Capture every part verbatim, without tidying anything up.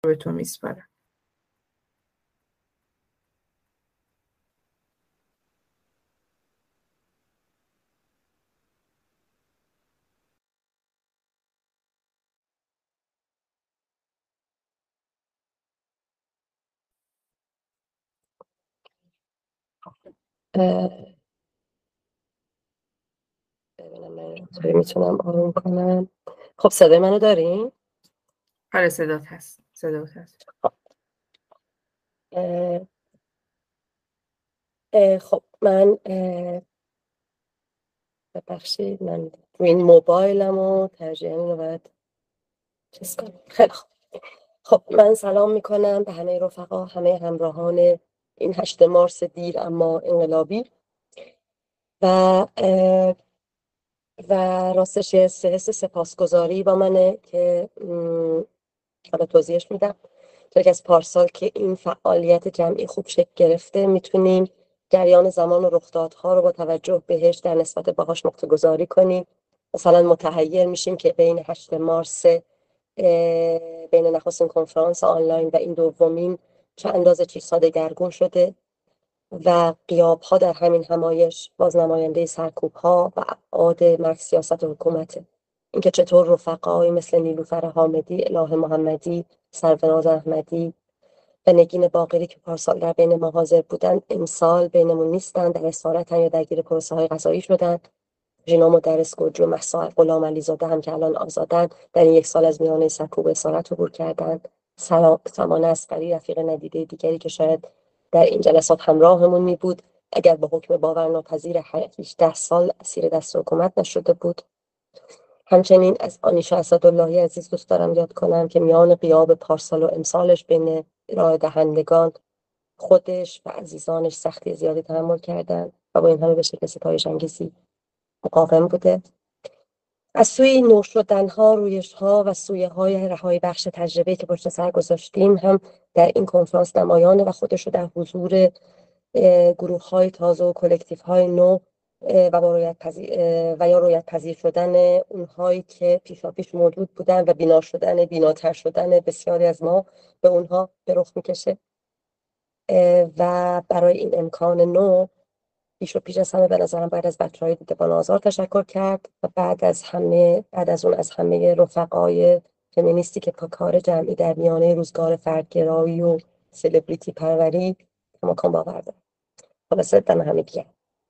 به تو میسپارم. اه، ببینم من اینطوری میتونم آروم کنم. خب صدای منو دارین؟ آره صدات هست صدات هست اه، اه، خب من اه، ببخشید من روی این موبایلم و ترجیح رو باید چیز کنم. خیلی خب خب من سلام میکنم به همه رفقا، همه همراهان این هشت مارس دیر اما انقلابی و اه، و راستش یه حس سپاسگزاری با منه که م، حالا توضیحش میدم. تا که از پارسال که این فعالیت جمعی خوب شکل گرفته میتونیم جریان زمان و رخدادها رو با توجه بهش در نسبت باهاش نقطه گذاری کنیم. مثلا متحیر میشیم که بین هشت مارس بین نخستین کنفرانس آنلاین و این دومین چه اندازه چیزها دگرگون شده و غیاب ها در همین همایش بازنماینده سرکوب ها و ابعاد مرگ سیاست حکومته. اینکه چطور رفقایی مثل نیلوفر حامدی، اله محمدی، سرفراز احمدی و نگین باقری که پارسال در بین ما حاضر بودند امسال بینمون نیستند، در اسارتن یا درگیر پروسه های قضایی شدند. ژینا مدرس گوجو، مهسا غلام علیزاده هم که الان آزادن، در این یک سال از میانه سرکوب اسارت عبور کردند. سلام سامان اصغری، رفیق ندیده دیگری که شاید در این جلسات همراهمون می بود اگر با حکم باورناپذیر هجده سال اسیر دست حکومت نشده بود. همچنین از آنیشا اسداللهی عزیز دوست دارم یاد کنم که میان غیاب پارسال و امسالش بین ارائه دهندگان خودش و عزیزانش سختی زیادی تحمل کردن و با این همه به شکل ستایش‌انگیزی مقاوم بوده. از سوی نور شدنها، رویشها و سویه های رهایی بخش تجربه که پشت سر گذاشتیم هم در این کنفرانس نمایانه و خودش رو در حضور گروه های تازه و کلکتیف های نو و با رویت پذیر و یا رویت پذیر شدن اونهایی که پیشا پیش موجود بودن و بینا شدن بیناتر شدن بسیاری از ما به اونها به رخ میکشه و برای این امکان نو پیش و پیش از همه به نظرم باید از بچه های دیدبان آزار تشکر کرد و بعد از همه بعد از اون از همه رفقای فمینیستی که با کار جمعی در میانه روزگار فردگرایی و سلبریتی پروری مکان باور دارم. خلاصه دم همه گیم.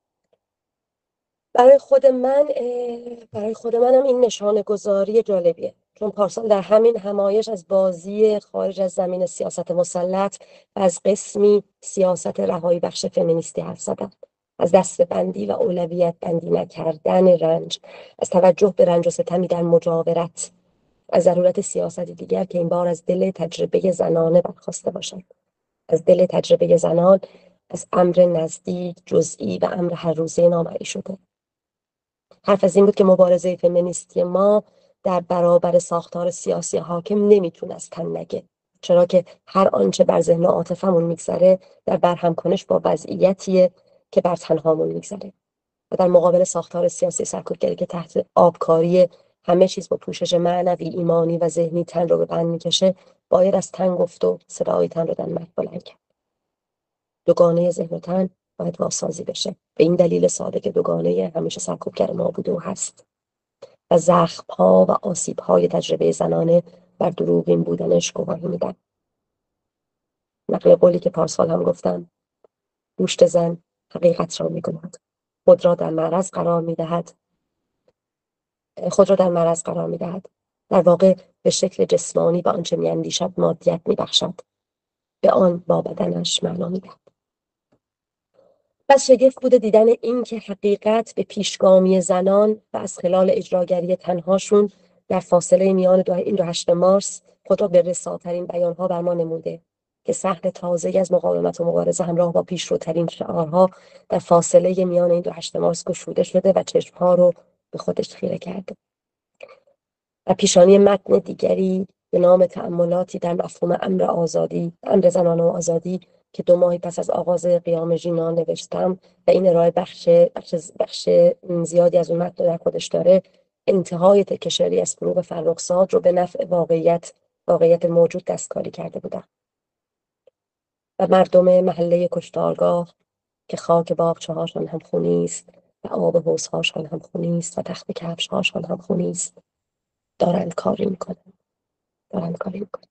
برای خود من برای خود منم این نشانه گذاری جالبیه، چون پارسال در همین همایش از بازی خارج از زمین سیاست مسلط و از قسمی سیاست رهایی بخش فمینیستی حرف زدم، از دسته بندی و اولویت بندی نکردن رنج، از توجه به رنج و ستمی در مجاورت، از ضرورت سیاست دیگر که این بار از دل تجربه زنانه برخواسته باشد، از دل تجربه زنان، از امر نزدیک، جزئی و امر هر روزه نامری شده. حرف از این بود که مبارزه فمینیستی ما در برابر ساختار سیاسی حاکم نمیتونه از تن نگه، چرا که هر آنچه بر ذهن عاطفمون میگذره در برهم کنش با وضعیتیه که بر تنهامون میگذره و در مقابل ساختار سیاسی سرکوبگری که تحت آبکاری همه چیز با پوشش معنوی، ایمانی و ذهنی تن رو به بند میکشه، باید از تن گفت و صدای تن رو در مرگ بلند کرد. دوگانه ذهن و تن باید واسازی بشه، به این دلیل ساده که دوگانه همیشه سرکوبگر ما بوده و هست و زخم‌ها و آسیب‌های تجربه زنانه بر دروغین بودنش گواهی میدن. نقل قولی که پارسال هم گفتم، گوشت زن حقیقت را میگوید، خود را در معرض قرار میدهد خود را در معرض قرار میدهد در واقع به شکل جسمانی به آنچه میاندیشد مادیت میبخشد، به آن با بدنش معنا میدهد. بس شگفت بوده دیدن این که حقیقت به پیشگامی زنان و از خلال اجراگری تنهاشون در فاصله میان دو این دو هشت مارس خود را به رساترین بیانها بر ما نموده که صحن تازه‌ای از مقاومت و مبارزه همراه با پیشروترین شعارها در فاصله میان این دو هشت مارس گشوده شده و چشمها رو به خودش خیره کرده. و پیشانی متن دیگری به نام تأملاتی در مفهوم امر آزادی، امر زنانه و آزادی که دو ماهی پس از آغاز قیام ژینا نوشتم و این ارائه بخش بخش, بخش زیادی از اون متن در خودش داره، انتهای تکه شعری از فروغ فرخزاد رو به نفع واقعیت واقعیت موجود دستکاری کرده بودند و مردم محله کشتارگاه که خاک باغچه‌هاشان هم خونی است و آب حوض‌هاشان هم خونی است و تخت کفش‌هاشان هم خونی است، دارند کاری میکنند دارند کاری میکنند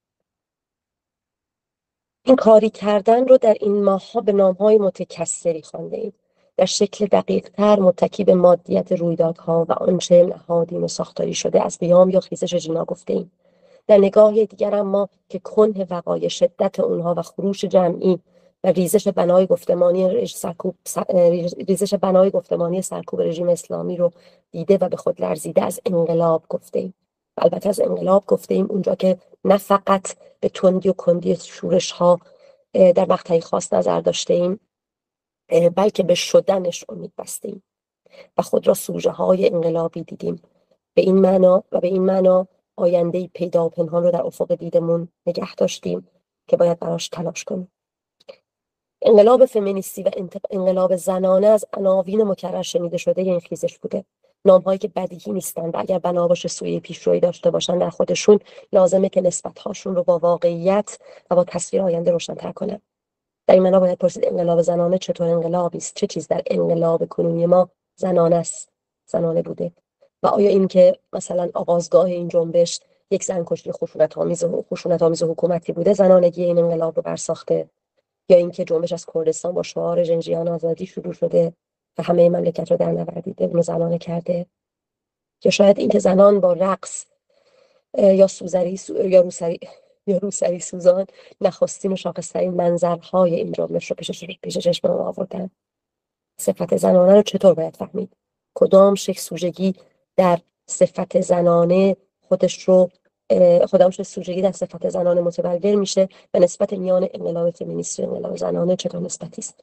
این کاری کردن رو در این ماه‌ها به نام‌های متکثری خوانده‌ایم. در شکل دقیق‌تر متکی به مادیت رویدادها و آنچه نهادین و ساختاری شده از قیام یا خیزش ژینا گفته‌ایم. در نگاه دیگر اما که کنه وقایع، شدت اونها و خروش جمعی و ریزش بنای گفتمانی رژ- سرکوب س- ریزش بنای گفتمانی سرکوب رژیم اسلامی رو دیده و به خود لرزیده از انقلاب گفته‌ایم. و البته از انقلاب گفته‌ایم اونجا که نه فقط به تندی و کندی شورش ها در مقطعی خاص نظر داشته‌ایم، بلکه به شدنش امید بستیم و خود را سوژه های انقلابی دیدیم. به این معنا و به این معنا آینده‌ای پیدا و پنهان رو در افق دیدمون نگه داشتیم که باید براش تلاش کنیم. انقلاب فمینیستی و انقلاب زنانه از عناوین مکرر شنیده شده این خیزش بوده. نام‌هایی که بدیهی نیستند و اگر بنا باشه سوی پیشروی داشته باشن در خودشون، لازمه که نسبت‌هاشون رو با واقعیت و با تصویر آینده روشن‌تر کنن. در این معنا باید پرسید انقلاب زنانه چطور انقلابی است؟ چه چیز در انقلاب کنونی ما زنانه است، زنانه بوده؟ و آیا این که مثلا آغازگاه این جنبش یک زن کشی خشونت‌آمیز و خشونت‌آمیز حکومتی بوده، زنانگی این انقلاب رو برساخته؟ یا اینکه جنبش از کردستان با شعار ژنجیان آزادی شروع شده و همه مملکت رو در نوردیده اونو زنانه کرده؟ یا شاید اینکه زنان با رقص یا سوزری سو یا روسری یا روسری سوزان نخستین و شاخصترین منظرهای این جنبش رو پیش پیش چشم ما آوردن. صفت زنانه رو چطور باید فهمید؟ کدام شکل سوژگی در صفت زنانه خودش رو خودمش سوژگی در صفت زنانه متبلور میشه و نسبت میان انقلاب فمینیستی و انقلاب زنانه چطور نسبتی است؟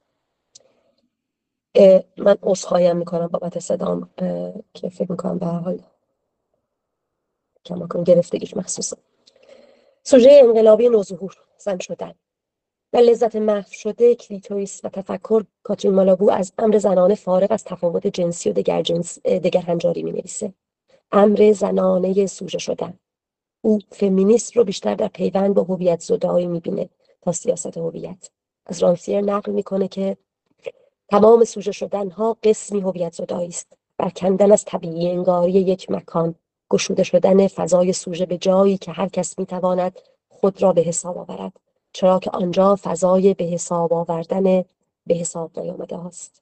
من عذرخواهی میکنم بابت صدام که فکر میکنم به هر حال کماکان گرفتگیش مخصوصه. سوژه انقلابی نوظهور، زن شدن و لذت محو شده کلیتوریس و تفکر. کاترین مالابو از امر زنانه فارغ از تفاوت جنسی و دگر جنس دگر هنجاری می نویسه. امر زنانه سوژه شدن. او فمینیست رو بیشتر در پیوند با هویت زدایی میبینه تا سیاست هویت. از رانسیر نقل میکنه که تمام سوژه شدن ها قسمی هویت زدایی است، برکندن از طبیعی انگاری یک مکان، گشوده شدن فضای سوژه به جایی که هر کس میتواند خود را به حساب آورد، چرا که آنجا فضای به حساب آوردن به حساب نیامده است.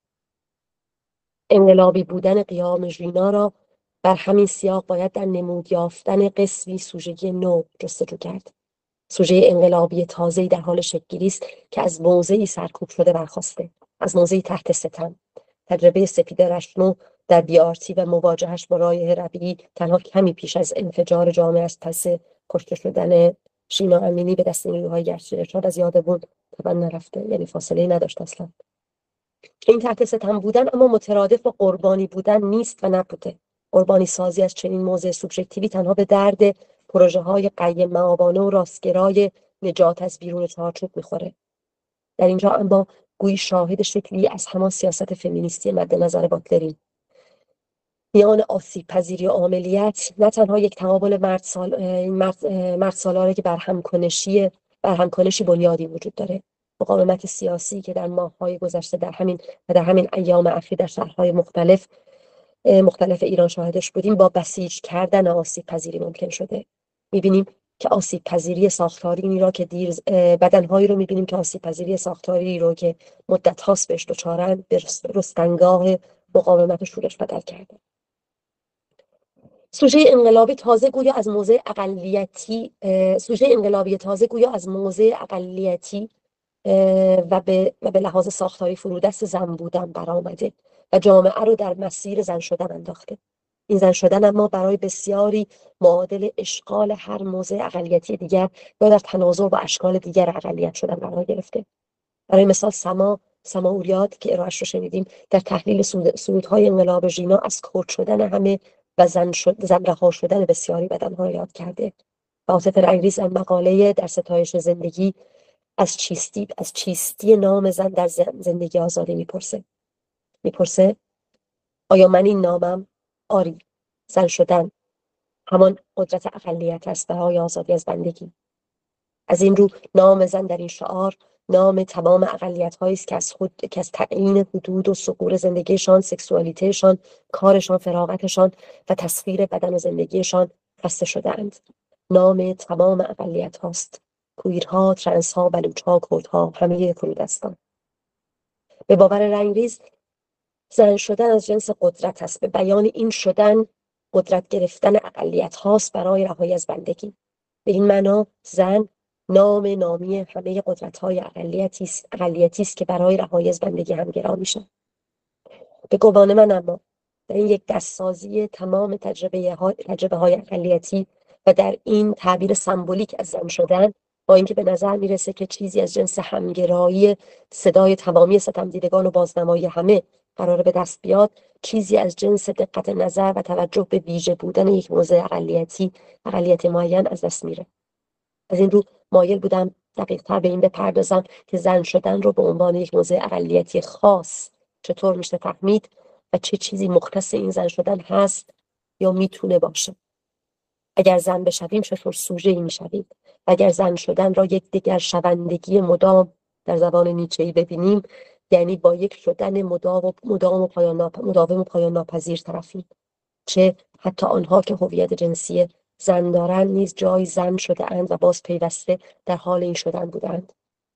انقلابی بودن قیام ژینا را بر همین سیاق باید در نمود یافتن قسمی سوژگی نو جستجو کرد. سوژه انقلابی تازه‌ای در حال شکل‌گیری است که از موضعی سرکوب شده برخاسته، از موضعی تحت ستم. تجربه سپید رشنو در بی‌آرتی و مواجهش با رایحه ربیعی تنها کمی پیش از انفجار جامعه از پس کشته شدن ژینا امینی به دست نیروهای گشت ارشاد از یادمون طبعا نرفته، یعنی فاصله‌ای نداشت اصلا. این تحت ستم بودن اما مترادف با قربانی بودن نیست و نبوده. قربانی سازی از چنین موضع سوبژکتیوی تنها به درد پروژه های قیم مآبانه و راستگرای نجات از بیرون چارچوب میخوره. در اینجا اما گویی شاهد شکلی از همان سیاست فمینیستی مد نظر باتلریم. میان آسیب پذیری و عاملیت نه تنها یک تقابل مرد سال مرد, مرد سالاره که برهم کنشی برهم کنشی بنیادی وجود داره. مقاومت سیاسی که در ماه‌های گذشته در همین و در همین ایام اخیر در شهرهای مختلف مختلف ایران شاهدش بودیم، با بسیج کردن آسیب پذیری ممکن شده. می‌بینیم که آسیب پذیری ساختاری را که دیر بدنهایی رو می‌بینیم که آسیب پذیری ساختاری رو که مدت هاست بهش دچارن به رستنگاه مقاومت شورش بدل کرده. سوژه انقلابی تازه گویا از موضع اقلیتی سوژه انقلابی تازه گویا از موضع اقلیتی و به و به لحاظ ساختاری فرودست زن بودن برآمده و جامعه رو در مسیر زن شدن انداخته. این زن شدن اما برای بسیاری معادل اشغال هر موضع اقلیتی دیگر یا در تناظر با اشکال دیگر اقلیت شدن قرار گرفته. برای مثال سما سما اوریاد که ارائهش رو شنیدیم در تحلیل سرودهای انقلاب ژینا از کرد شدن همه و زن شد زن رها شدن بسیاری بدنها را یاد کرده. و عاطف رنگریز در مقاله در ستایش زندگی از چیستی از چیستی نام زن در زندگی آزادی میپرسه میپرسه آیا من این نامم؟ آری، زن شدن همان قدرت اقلیت است برای آزادی از بندگی. از این رو نام زن در این شعار نام تمام اقلیت‌هایی است که از خود که از تعیین حدود و ثغور زندگیشان، سکسوالیتهشان، کارشان، فراغتشان و تسخیر بدن و زندگیشان خسته شده‌اند. نام تمام اقلیت هاست. کویرها، ترنسها، بلوچها، کردها، همه فرودستان. به باور رنگریز زن شدن از جنس قدرت است. به بیان این شدن قدرت گرفتن اقلیت هاست برای رهایی از بندگی. به این معنا زن نام نامی همه قدرت های اقلیتی است اقلیتی است که برای رهایی از بندگی همگرا میشن. به گمان من اما در این یک دستسازی تمام تجربه های تجربه های اقلیتی و در این تعبیر سمبولیک از زن شدن، با اینکه به نظر میرسه که چیزی از جنس همگرایی صدای تمامی ستمدیدگان و بازنمایی همه قراره به دست بیاد، چیزی از جنس دقت نظر و توجه به ویژه بودن یک موضع اقلیتی اقلیت معین از دست میره. از این رو مایل بودم دقیق تر به این بپردازم که زن شدن رو به عنوان یک موضع اقلیتی خاص چطور میشه فهمید و چه چیزی مختص این زن شدن هست یا میتونه باشه. اگر زن بشویم چطور سوژه‌ای میشویم. اگر زن شدن را یک دیگر شوندگی مدام در زبان نیچه‌ای ببینیم، یعنی با یک شدن مداوم و مدام و پایان ناپ... مداوم و پایان ناپذیر طرفیم. چه حتی آنها که هویت جنسی زن دارند نیز جای زن شده اند و باز پیوسته در حال این شدن بودند.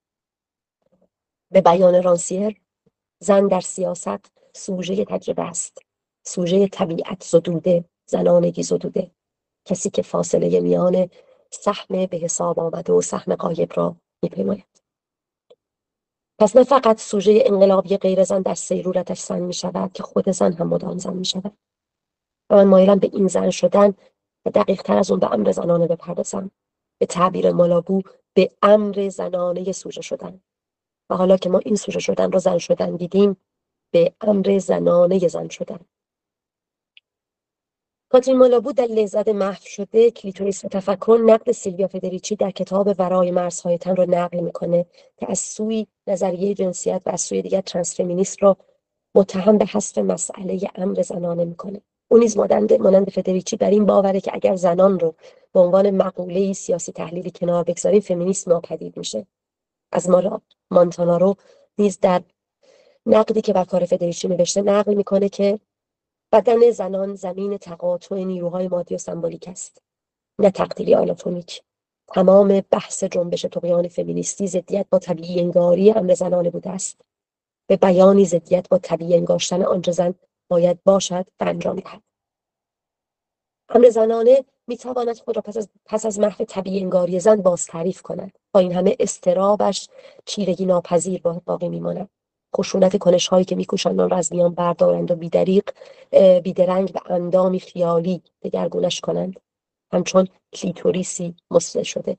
به بیان رانسیر، زن در سیاست سوژه تجربه است. سوژه طبیعت زدوده، زنانگی زدوده. کسی که فاصله میان سهم به حساب آمده و سهم غایب را میپیماید. پس نه فقط سوژه انقلابی غیر زن در سیرورتش زن می شود که خود زن هم مدام زن می شود. و من مایلم به این زن شدن و دقیق تر از اون به امر زنانه بپردازم. به تعبیر مالابو به امر زنانه سوژه شدن. و حالا که ما این سوژه شدن را زن شدن دیدیم، به امر زنانه زن شدن. کاترین مالابو در لذت محو شده کلیتوریس و تفکر نقد سیلویا فدریچی در کتاب ورای مرزهای تن را نقل میکنه که از سوی نظریه جنسیت و از سوی دیگر ترنسفمینیست را متهم به حذف مسئله امر زنانه میکنه. اون نیز مانند مانند فدریچی بر این باوره که اگر زنان رو به عنوان مقوله سیاسی تحلیلی کنار بگذاریم فمینیسم ناپدید میشه. از مارا مانتانارو نیز در نقدی که بر کار فدریچی نوشته نقل میکنه که بدن زنان زمین تقاطع نیروهای مادی و سمبولیک است، نه تقدیری آناتومیک. تمام بحث جنبش طغیان فمینیستی ضدیت با طبیعی انگاری امر زنانه بوده است. به بیانی ضدیت با طبیعی انگاشتن آنچه زن باید باشد و انجام دهد. امر زنانه میتواند خود را پس از, پس از محو طبیعی انگاری زن باز تعریف کند. با این همه استرابش چیرگی ناپذیر باقی میماند. خشونت کنش هایی که میکوشند آن را از میان بردارند و بیدریق بیدرنگ و اندامی خیالی دگرگونش کنند، همچون کلیتوریسی مسلح شده.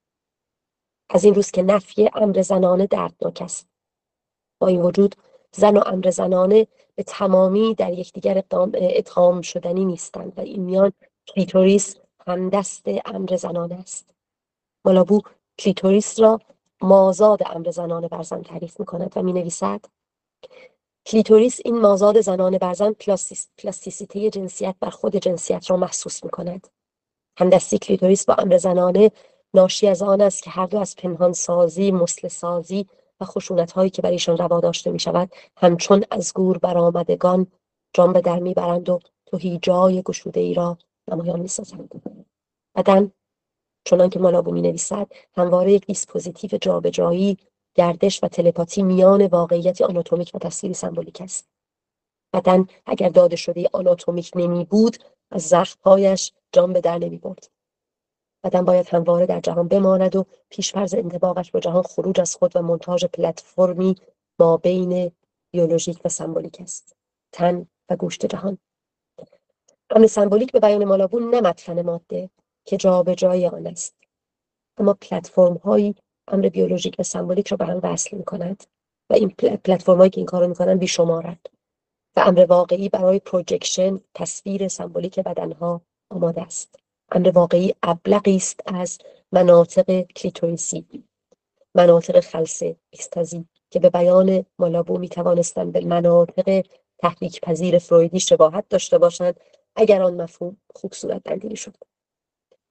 از این روز که نفی امر زنانه دردناک است. با این وجود زن و امر زنانه به تمامی در یکدیگر ادغام شدنی نیستند و این میان کلیتوریس همدست امر زنانه است. مالابو کلیتوریس را مازاد امر زنانه بر زن تعریف می‌کند و می‌نویسد: کلیتوریس این مازاد زنانه بر زن پلاستیس، پلاستیسیته جنسیت بر خود جنسیت را محسوس می‌کند. همدستی کلیتوریس با امر زنانه ناشی از آن است که هر دو از پنهان سازی، مسلح سازی و خشونت هایی که بر ایشان روا داشته می شود همچون از گور برآمدگان جان به در می برند و تهیجای گشوده ای را نمایان می سازند. بدن چنان که مالابو می نویسد همواره یک دیسپوزیتیو جابجایی، گردش و تلپاتی میان واقعیت آناتومیک و تصویر سمبولیک است. بدن اگر داده شده آناتومیک نمی بود از زخم‌هایش جان به در نمی برد. بدن باید همواره در جهان بماند و پیش‌فرض انطباقش با جهان خروج از خود و مونتاژ پلتفرمی ما بین بیولوژیک و سمبولیک است. تن و گوشت جهان. امر سمبولیک به بیان مالابو نه مدفن ماده که جابجایی آن است، اما پلتفرم هایی امر بیولوژیک و سمبولیک را به هم وصل می‌کنند و این پلتفرم هایی که این کارو می‌کنند بیشمارند و امر واقعی برای پروجکشن تصویر سمبولیک بدنها آماده است. امر واقعی ابلغی است از مناطق کلیتوریسی، مناطق خلسه اکستازی که به بیان مالابو می توانستند به مناطق تحریک پذیر فرویدی شباهت داشته باشند اگر آن مفهوم خوب صورت بندی شد.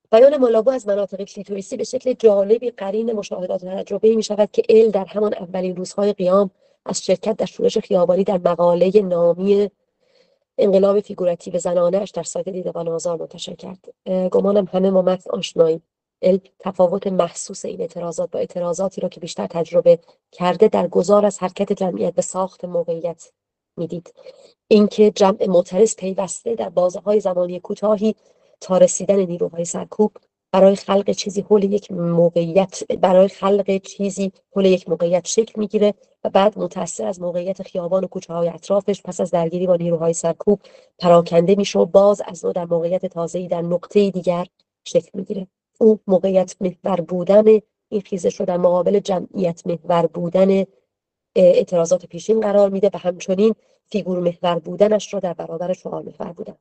بیان مالابو از مناطق کلیتوریسی به شکل جالبی قرین مشاهدات و تجربه می شود که ال در همان اولین روزهای قیام از شرکت در شورش خیابانی در مقاله نامی انقلاب فیگوراتیو زنانه‌اش در سایت دیدبان آزار منتشر کرد. گمانم همه ما متن آشناییم. ال تفاوت محسوس این اعتراضات با اعتراضاتی را که بیشتر تجربه کرده در گذار از حرکت جمعیت به ساخت موقعیت میدید. اینکه جمع معترض پیوسته در بازه‌های زمانی کوتاهی تا رسیدن نیروهای سرکوب برای خلق چیزی حول یک موقعیت برای خلق چیزی حول یک موقعیت شکل میگیره و بعد متأثر از موقعیت خیابان و کوچه‌های اطرافش پس از درگیری با نیروهای سرکوب پراکنده میشه و باز از نو در موقعیت تازه‌ای در نقطه دیگر شکل میگیره. او موقعیت محور بودن این خیزش رو در مقابل جمعیت محور بودن اعتراضات پیشین قرار میده و همچنین فیگور محور بودنش را در برابر شعار محور بودن.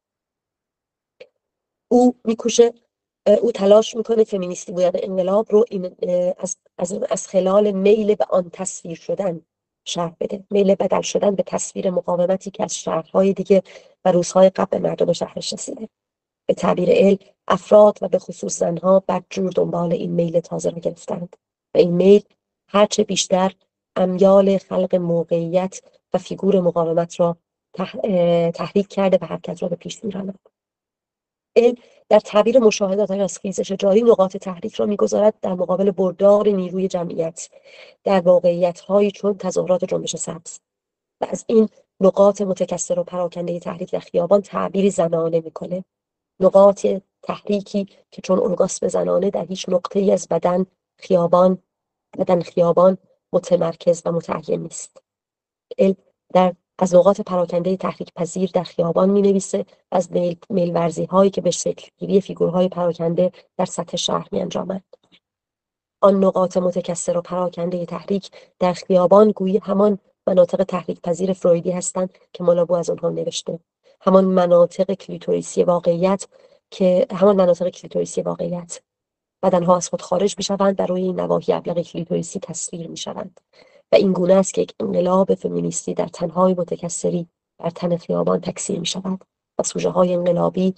او میکوشه او تلاش میکنه فمینیستی بودن انقلاب رو این از, از, از خلال میل به آن تصویر شدن شرح بده، میل بدل شدن به تصویر مقاومتی که از شهرهای دیگه و روزهای قبل به مردم شهرش رسیده. به تعبیر ال افراد و به خصوص زنها بدجور دنبال این میل تازه را گرفتند و این میل هرچه بیشتر امیال خلق موقعیت و فیگور مقاومت را تحریک کرده و حرکت را به پیش می‌راند. ال در تعبیر مشاهدات از خیزش جاری نقاط تحریک را می‌گذارد در مقابل بردار نیروی جمعیت در واقعیت‌هایی چون تظاهرات جنبش سبز و از این نقاط متکثر و پراکنده تحریک در خیابان تعبیری زنانه می‌کنه. نقاط تحریکی که چون ارگاسم زنانه در هیچ نقطه‌ای از بدن خیابان بدن خیابان متمرکز و متعین نیست. ال در از نقاط پراکنده تحریک پذیر در خیابان می نویسه از میل, میل ورزی هایی که به شکل گیری فیگورهای پراکنده در سطح شهر می انجامند. آن نقاط متکثر و پراکنده تحریک در خیابان گویی همان مناطق تحریک پذیر فرویدی هستند که مالابو از آنها نوشته. همان مناطق کلیتوریسی واقعیت که همان مناطق کلیتوریسی واقعیت بدنها از خود خارج می‌شوند و روی این نواحی ابلق کلیتوریسی تصویر می‌شوند و این گونه است که یک انقلاب فمینیستی در تنهای متکثری در تن خیابان تکثیر می‌شود و سوژه‌های انقلابی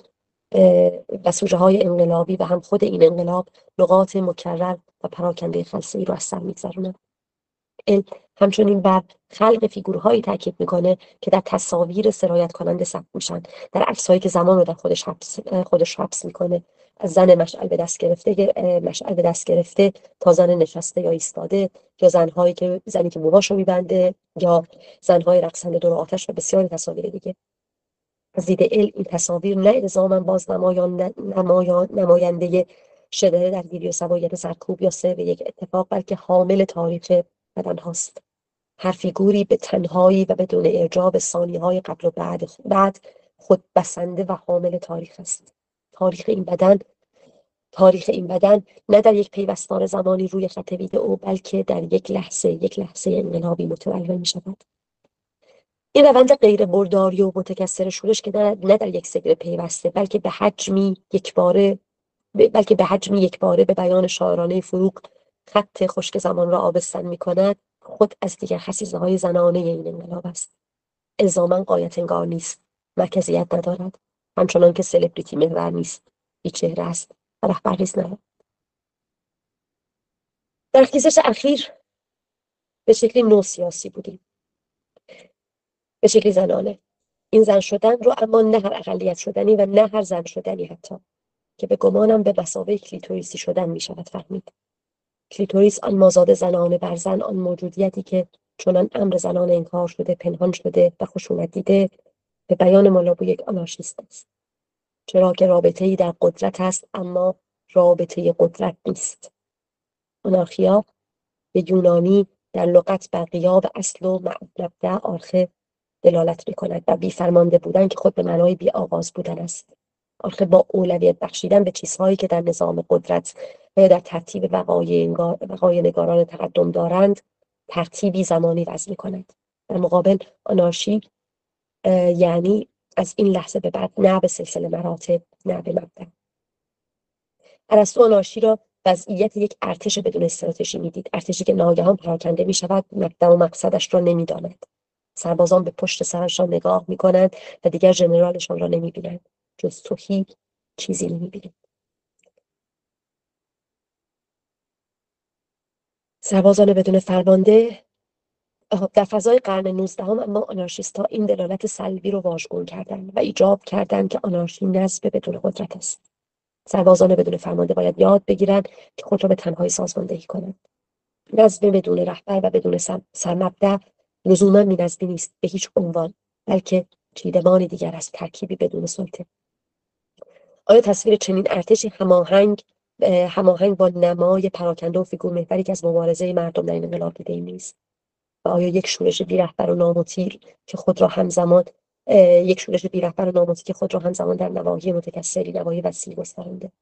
و سوژه‌های انقلابی و هم خود این انقلاب نقاط مکرر و پراکنده خلسه‌ای را از سر می‌گذرانند. ال همچنین بر خلق فیگورهایی تاکید میکنه که در تصاویر سرایت کننده ثبت میشن، در عکس‌هایی که زمان رو در خودش حبس خودش حبس میکنه، از زن مشعل به دست گرفته مشعل به دست گرفته تا زن نشسته یا ایستاده، یا زنهایی که زنی که موهاشو میبنده، یا زنهای رقصنده دور آتش و بسیاری تصاویر دیگه. از دید ال این تصاویر نه الزاماً باز نمایان نمایان نماینده شدت در گیری و سوایت سرکوب یا سر یک اتفاق، بلکه حامل تاریخ بدن هاست. هر فیگوری به تنهایی و بدون اعجاب ثانیه‌های قبل و بعد بعد خود بسنده و حامل تاریخ است. تاریخ این بدن تاریخ این بدن نه در یک پیوستار زمانی روی خط ویدئو، بلکه در یک لحظه یک لحظه انقلابی متولد می شود. این روند غیر برداری و متکثر شورش که نه در یک سیر پیوسته، بلکه به حجمی یکباره بلکه به حجمی یکباره به بیان شاعرانه فروغ خط خشک زمان را آبستن می کند، خود از دیگر خصیصه‌های زنانه این انقلاب است. الزاماً غایت انگار نیست، مرکزیت ندارد، همچنان که سلبریتی محور نیست، بی‌چهره است و رهبر نیز ندارد. در خیزش اخیر به شکلی نو سیاسی بودیم، به شکلی زنانه. این زن شدن رو اما نه هر اقلیت شدنی و نه هر زن شدنی حتی، که به گمانم به مثابه کلیتوریسی شدن می شود فهمید. کلیتوریس آن مازاد زنانه بر زن، آن موجودیتی که چنان امر زنان انکار شده، پنهان شده و خشونت دیده، به بیان مالابو یک آنارشیست است. چرا که رابطه‌ای در قدرت است اما رابطه قدرت نیست. آنارخیا به یونانی در لغت بر غیاب اصل و مبدأ آرخه دلالت می‌کند و بی فرمانده بودن که خود به معنای بی آغاز بودن است. آرخه با اولویت بخشیدن به چیزهایی که در نظام قدرت و یا در ترتیب وقایع نگاران تقدم دارند ترتیبی زمانی وضع می‌کند. در مقابل آنارشی یعنی از این لحظه به بعد نه به سلسله مراتب، نه به مبدأ. ارسطو آنارشی را وضعیت یک ارتش بدون استراتژی میدید، ارتشی که ناگهان پراکنده می‌شود، مبدأ و مقصدش را نمی‌داند. سربازان به پشت سرشان نگاه می‌کنند و دیگر ژنرالشان را نمی‌بینند. جز توهی چیزی نمی‌بینند. سربازان بدون فرمانده در فضای قرن نوزدهم اما آنارشیست‌ها این دلالت سلبی رو واژگون کردند و ایجاب کردند که آنارشی نصب بدون قدرت است. سربازان بدون فرمانده باید یاد بگیرند که خود را به تنهایی سازماندهی کنند. نظم بدون رهبر و بدون سرمبدأ لزوما بی‌نظمی نیست به هیچ عنوان، بلکه چیدمانی دیگر است، ترکیبی بدون سلطه. آیا تصویر چنین ارتشی هماهنگ هماهنگ با نمای پراکنده و فیگور محوری که از مبارزه مردم در این انقلاب دیده‌ایم نیست؟ و آیا یک شورش بی رهبر و نامطیع که خود را همزمان یک شورش بی رهبر و نامطیع که خود را همزمان در نواحی متکثری نواحی وسیع گسترانده؟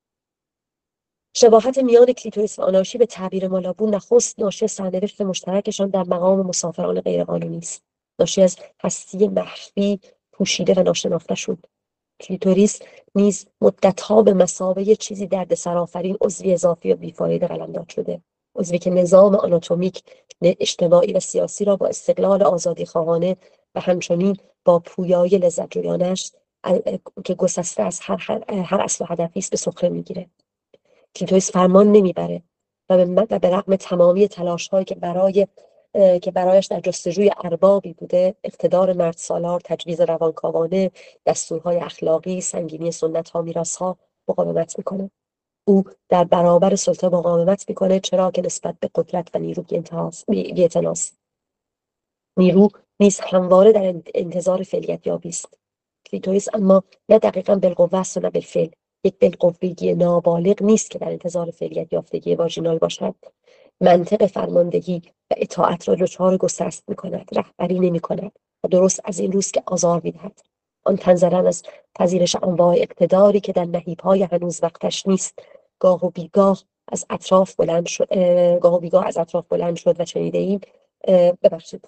شباهت میان کلیتوریس و آنارشی به تعبیر مالابو نخست ناشی از سرنوشت مشترکشان در مقام مسافران غیرقانونی است، ناشی از هستی مخفی پوشیده و ناشناخته‌شون. کلیتوریس نیز مدت‌ها به مثابه چیزی دردسرآفرین، عضوی اضافی و بیفایده قلمداد شده، عضوی که نظام آناتومیک اجتماعی و سیاسی را با استقلال آزادی خواهانه و همچنین با پویای لذت جویانش که گسسته از هر, هر اصل و هدفی است به سخره میگیره. کلیتوریس فرمان نمیبره و به, و به رغم تمامی تلاش هایی که برای که برایش در جستجوی اربابی بوده، اقتدار مرد سالار، تجویز روانکاوانه، دستورهای اخلاقی، سنگینی سنت ها، میراث ها مقاومت میکنه. او در برابر سلطه مقاومت میکنه، چرا که نسبت به قدرت و نیرو بی‌اعتناست. نیرو نیز همواره در انتظار فعلیت یابی است. کلیتوریس اما نه دقیقاً بالقوه است و نه بالفعل. یک بالقوگی نابالغ نیست که در انتظار فعلیت یافتگی واژینال باشد. منطق فرماندهی و اطاعت را دچار گسست می‌کند، رهبری نمی‌کند و درست از این روز که آزار می‌دهد. آن تنظرن از پذیرش انواع اقتداری که در نهیب‌های هنوز وقتش نیست، گاه و بیگاه از اطراف بلند شد گاه و بیگاه از اطراف بلند شد و شنیده‌ایم ببخشید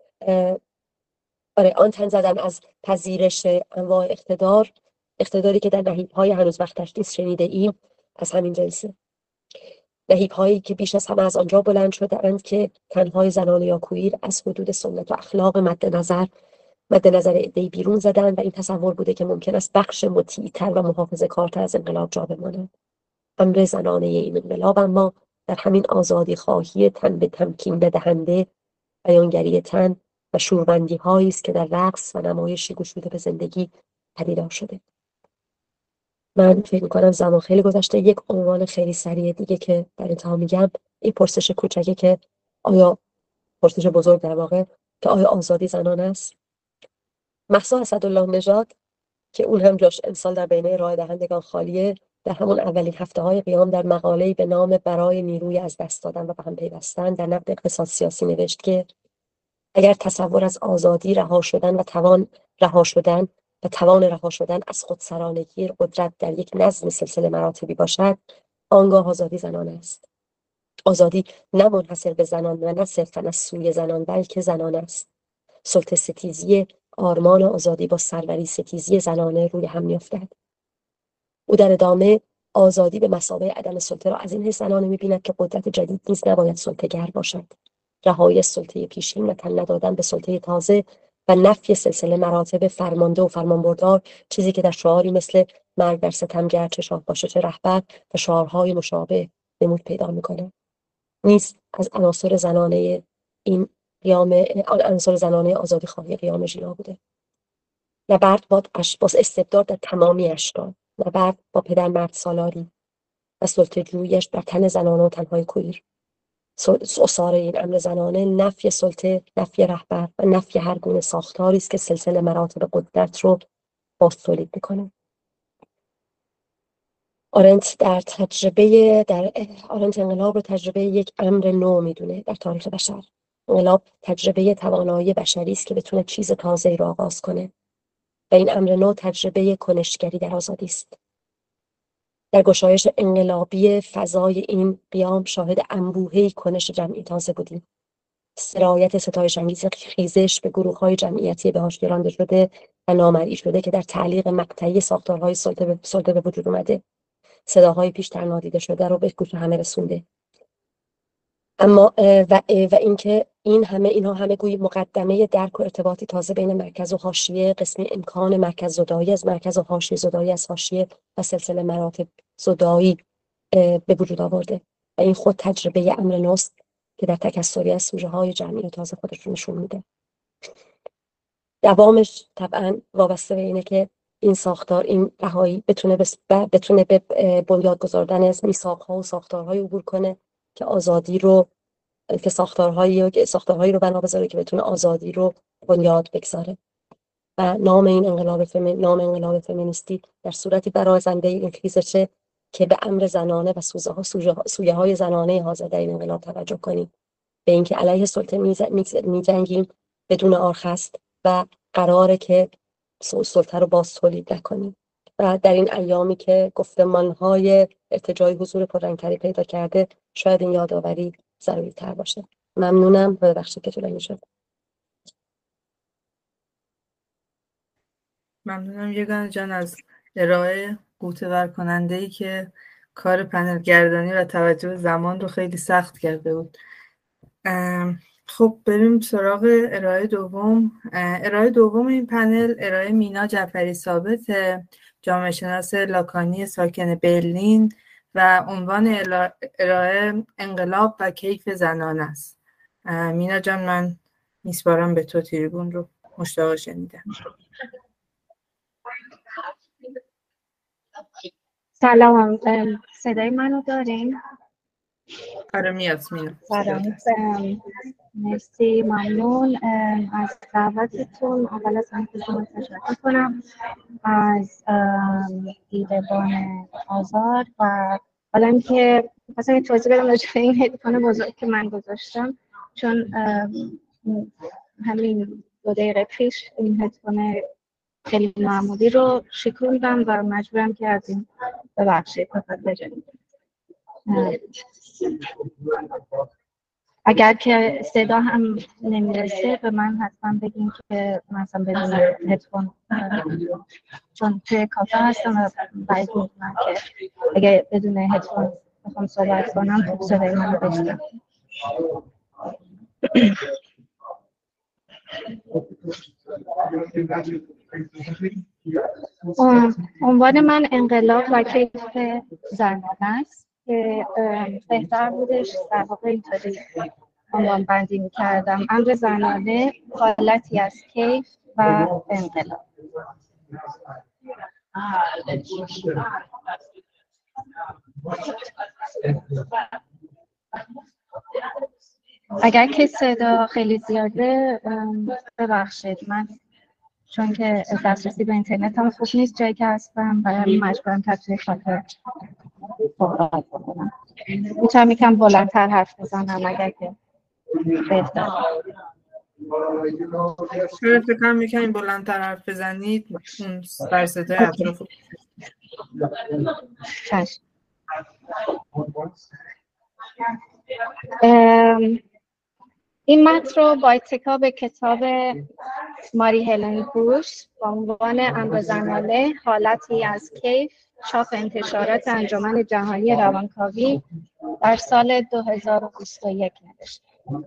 آره آن تن زدن از پذیرش انواع اقتدار اقتداری که در نهیب‌های هنوز وقتش نیست شنیده ایم از همین جنسه. نهیب‌هایی که بیش از همه از آنجا بلند شده اند که تنهای زنان یا کویر از حدود سنت و اخلاق مد نظر مد نظر عده‌ای بیرون زدند و این تصور بوده که ممکن است بخش مطیع‌تر و محافظه‌کارتر از انقلاب جا بماند. امر زنانه این انقلاب اما در همین آزادی خواهی تن به تمکین بدهنده، بیانگری تن و شوربندی هایی است که در رقص و نمایشی گشوده به زندگی پدیدار شده. من فکر می‌کنم زمان خیلی گذشته. یک عنوان خیلی سریع دیگه که در انتها میگم، این پرسش کوچکه که آیا پرسش بزرگ در واقع که آیا آزادی زنان است؟ مهسا اسدالله نژاد که اون هم جاش امسال در بینه رای دهندگان خالیه، در همون اولین هفته های قیام در مقاله‌ای به نام برای نیروی از دست دادن و به هم پیوستن در نقد اقتصاد سیاسی نوشت که اگر تصور از آزادی، رها شدن و توان رها شدن و توان رها شدن از خودسرانگی قدرت در یک نظم سلسله مراتبی باشد، آنگاه آزادی زنان است. آزادی نه منحصر به زنان و نه صرفاً از سوی زنان، بلکه زنان است. سلطه ستیزی آرمان آزادی با سروری ستیزی زنانه روی هم می‌افتد. او در ادامه آزادی به مثابه عدم سلطه را از این حیث زنانه می‌بیند که قدرت جدید نیز نباید سلطه‌گر باشد. رهایی سلطه پیشین و تن ندادن به سلطه تازه و نفی سلسله مراتب فرمانده و فرمانبردار، چیزی که در شعاری مثل مرگ در ستمگر، چه شاه باشه چه رهبر و شعارهای مشابه نمود پیدا میکنه. نیز از عناصر زنانه این قیام عناصر زنانه آزادی خواهی قیام ژینا بوده. نبرد با باز استبداد در تمامی اشکال، نبرد با پدر مرد سالاری و سلطه جوییش بر تن زنانه و تنهای کویر. اصاره این امر زنانه نفی سلطه، نفی رهبر و نفی هر گونه ساختاری است که سلسله مراتب قدرت رو باز تولید میکنه. آرنت در تجربه در آرنت انقلاب رو تجربه یک امر نو میدونه در تاریخ بشر. انقلاب تجربه توانایی بشری است که بتونه چیز تازه‌ای رو آغاز کنه و این امر نو تجربه کنشگری در آزادی است. در گشایش انقلابی فضای این قیام شاهد انبوهی کنش جمعی تازه بودیم. سرایت ستایش انگیز خیزش به گروه‌های جمعیتی به حاشیه رانده شده و نامرئی شده که در تعلیق مقطعی ساختارهای سلطه به سلطه به وجود اومده، صداهای پیشتر نادیده شده رو به گوش همه رسونده. اما و و اینکه این همه اینها همه گویی مقدمه درک و ارتباطی تازه بین مرکز و حاشیه، قسمی امکان مرکز زدایی از مرکز و حاشیه زدایی از حاشیه و سلسله مراتب زدایی به وجود آورده و این خود تجربه امر نوست که در تکثری از سوژه های جمعی و تازه خودش رو نشون میده. دوامش طبعا وابسته به اینه که این ساختار، این رهایی بتونه بس بتونه به بنیاد گذاردن از میثاق‌ها و ساختارهای عبور کنه که آزادی رو که ساختارهایی که ساختارهایی رو بنا بذاره که بتونه آزادی رو بنیاد بگذاره. و نام این انقلاب فمین نام انقلاب فمینیستی در صورتی برازنده این خیزشه که به امر زنانه و سوزه ها سویه های زنانه حاضر در این انقلاب توجه کنیم، به اینکه علیه سلطه می‌جنگیم بدون آرخست و قراره که سلطه رو باز تولید نکنیم. و در این ایامی که گفتمان‌های ارتجاعی حضور پررنگ‌تری پیدا کرده شاید این یادآوری ضروری تر باشه. ممنونم و ببخشید که طولانی شد. ممنونم یگانه جان از ارائه قوطه‌ور کننده‌ای که کار پنل گردانی و توجه به زمان رو خیلی سخت کرده بود. خب بریم سراغ ارائه دوم. ارائه دوم این پنل ارائه مینا جعفری ثابت، جامعه شناس لاکانی ساکن برلین و عنوان ارائه انقلاب و کیف زنان است. مینا جان من میسپارم به تو تریبون رو. مشتاق شنیدم. سلام، صدای منو دارین؟ آره میاد مینا. سلام، مرسی، ممنون از دعوتتون. اول از همه شما تشکر کنم از دیدبان آزاد و حالا اینکه مثلا یه توضیح بدم راجع به این هدفون بزرگ که من گذاشتم، چون همین دو دقیقه پیش این هدفون خیلی معمولی رو شکوندم و مجبورم که از این ببخشید فقط بجنید. اگر که صدا هم نمیرسه به من حتما بگین که مثلا بدون هدفون، چون توی کافه هستم و باید میدونم که اگر بدون هدفون بخوام صحبت کنم خب صدای من رو بشنم. عنوان من انقلاب و کیف زنان است که بهتر بودش در واقع اینطوری عنوان بندی می‌کردم: امر زنانه، حالتی از کیف و انقلاب. اگر که صدا خیلی زیاده ببخشید، من چون که دسترسی به اینترنت هم خوب نیست جایی که هستم و مجبورم تا توی خاطر صحبت بکنم. میتونم یکم بلندتر حرف بزنم اگر که بهتر. شاید فکر کنم میکنیم بلندتر حرف بزنید اون سر صدای اطراف. چشم. این متن رو با اتکا به کتاب ماری هلن بروش با عنوان امر زنانه، حالتی از کیف، چاپ انتشارات انجمن جهانی روانکاوی در سال دو هزار و بیست و یک نوشته.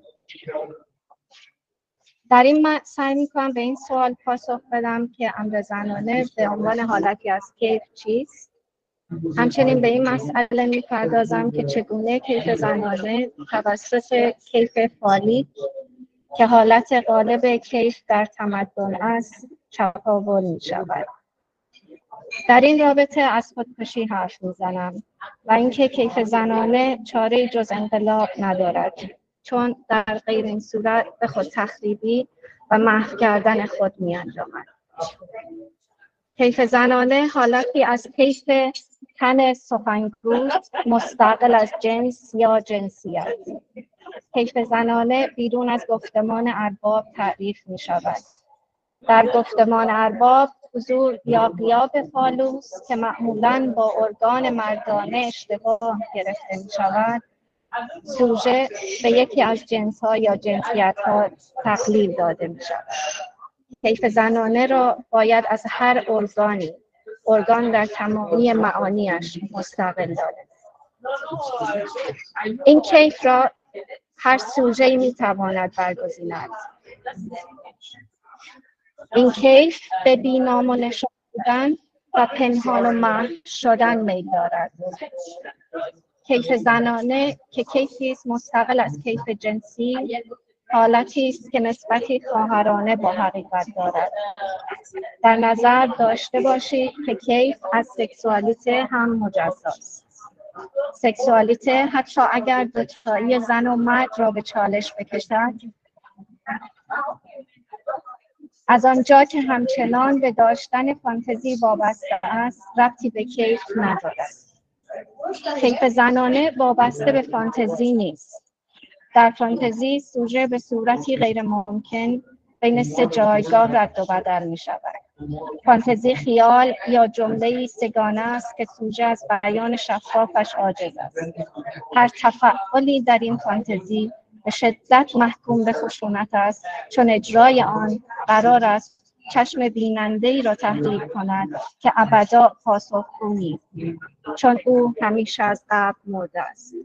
در این متن سعی می‌کنم به این سوال پاسخ بدم که امر زنانه به عنوان حالتی از کیف چیست؟ همچنین به این مسئله می‌پردازم که چگونه کیف زنانه توسط کیف فالی که حالت غالب کیف در تمدن است چپاول می‌شود. در این رابطه از خودکشی حرف می‌زنم و اینکه کیف زنانه چاره‌ای جز انقلاب ندارد، چون در غیر این صورت به خود تخریبی و محو کردن خود می‌انجامد. کیف زنانه حالتی از کیف تن سخنگو مستقل از جنس یا جنسیت. کیف زنانه بیرون از گفتمان ارباب تعریف می شود. در گفتمان ارباب حضور یا غیاب فالوس که معمولاً با ارگان مردانه اشتباه گرفته می شود، سوژه به یکی از جنس‌ها یا جنسیت‌ها تقلیل داده می شود. کیف زنانه را باید از هر ارگانی، ارگان در تمامی معانیش مستقل داده. این کیف را هر سوژه‌ای می‌تواند برگزیند. این کیف به بی‌نام و نشان بودن و پنهان و محو شدن میل دارد. کیف زنانه که کیفی است مستقل از کیف جنسی، حالتی است که نسبتی خواهرانه با حقیقت دارد. در نظر داشته باشید که کیف از سکسوالیته هم مجزاست. سکسوالیته حتی اگر دوتایی زن و مرد را به چالش بکشد، از آنجا که همچنان به داشتن فانتزی وابسته است، ربطی به کیف ندارد. کیف زنانه وابسته به فانتزی نیست. در فانتزی سوژه به صورتی غیر ممکن بین سه جایگاه رد و بدل می شود. فانتزی خیال یا جمله‌ای سگانه است که سوژه از بیان شفافش عاجز است. هر تفعلی در این فانتزی به شدت محکوم به خشونت است، چون اجرای آن قرار است چشم بیننده‌ای را تحریک کند که ابدا پاسخگو نیست، چون او همیشه از قبل مرده است.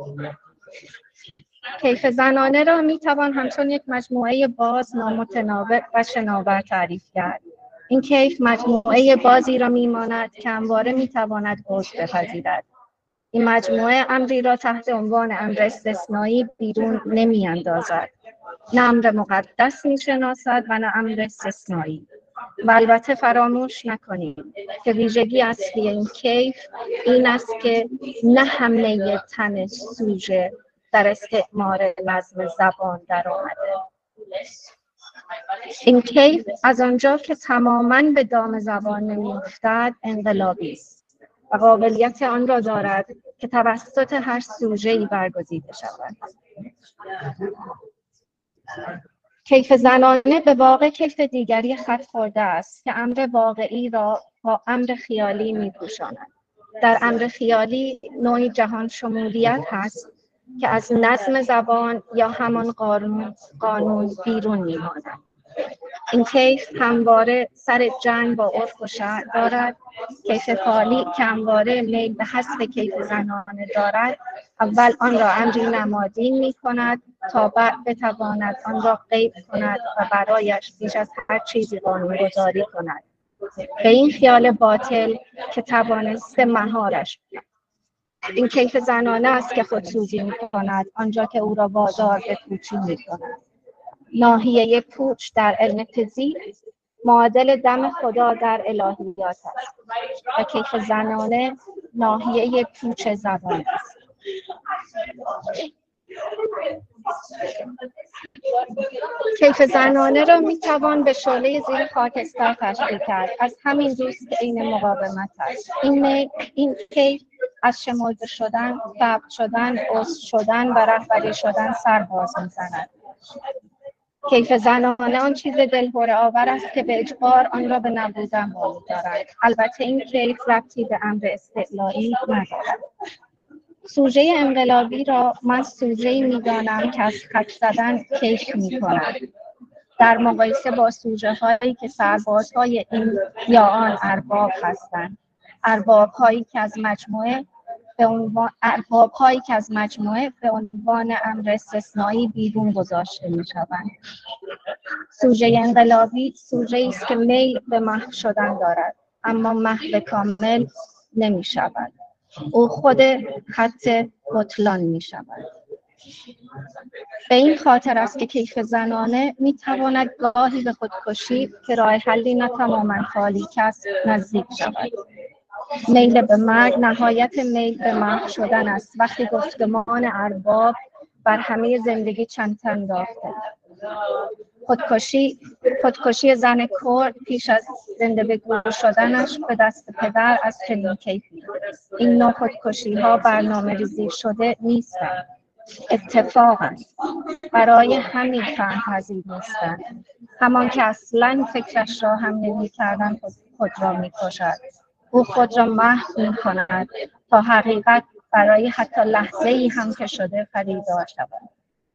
کیف زنانه را میتوان همچون یک مجموعه باز نامتناوب و شناور تعریف کرد. این کیف مجموعه بازی را میماند که همواره میتواند عضو بپذیرد. این مجموعه امری را تحت عنوان امر استثنایی بیرون نمیاندازد. نه امر مقدس میشناسد و نه امر استثنایی. و البته فراموش نکنیم که ویژگی اصلی این کیف این است که نه همه تن سوژه در استعمار نظم زبان در آمده. این کیف از آنجا که تماماً به دام زبان نمی‌افتد انقلابی است و قابلیت آن را دارد که توسط هر سوژه‌ای برگزیده شود. کیف زنانه به واقع کیف دیگری خط خورده است که امر واقعی را با امر خیالی می‌پوشاند. در امر خیالی نوعی جهان شمولیت هست که از نظم زبان یا همان قانون قانون بیرون می‌ماند. این کیف همواره سر جنگ با عرف و شرع دارد. کیف خالی که همواره میل به حذف کیف زنانه دارد، اول آن را امری نمادین می‌کند تا بعد بتواند آن را غیب کند و برایش بیش از هر چیزی قانون‌گذاری کند. به این خیال باطل که توانسته مهارش کند. این کیف زنانه است که خودسوزی می‌کند آنجا که او را وادار به پوچی می‌کند. ناحیه پوچ در علم فیزیک معادل دم خدا در الهیات است و کیف زنانه ناحیه پوچ زبان است. کیف زنانه را میتوان به شعله زیر خاکستر تشبیه کرد، از همین روز که عین مقاومت است. این این کیف از شمرده شدن، ثبت شدن، عضو شدن و رهبری شدن سر باز میزند. کیف زنانه آن چیز دلهره آور است که به اجبار آن را به نبودن وامی دارد. البته این کیف ربطی به امر استعلایی ندارد. سوژه انقلابی را من سوژه‌ای می‌دانم که از خط زدن کیف می‌کند، در مقایسه با سوژه‌هایی که سربازهای این یا آن ارباب هستند. ارباب‌هایی که از مجموعه به عنوان ارباب‌هایی که از مجموعه به عنوان امر استثنایی بیرون گذاشته می‌شوند. سوژه انقلابی سوژه‌ای است که میل به محو شدن دارد، اما محو کامل نمی‌شود. او خود خط بطلان می‌شود. به این خاطر است که کیف زنانه می‌تواند گاهی به خودکشی که راه حلی نه تماماً خالی است نزدیک شود. میل به مرگ نهایت میل به محو شدن است وقتی گفتمان ارباب بر همه زندگی چند تن انداخته. خودکشی خودکشی زن کرد پیش از زنده به گور شدنش به دست پدر از چنین کیفی. این نوع خودکشی ها برنامه ریزی شده نیستند، اتفاقاً برای همین فهم نیستند. همان که اصلاً فکرش را هم نمی کردن خود, خود را می کشد. او خود را محو می کند تا حقیقت برای حتی لحظه ای هم که شده خریدار شود.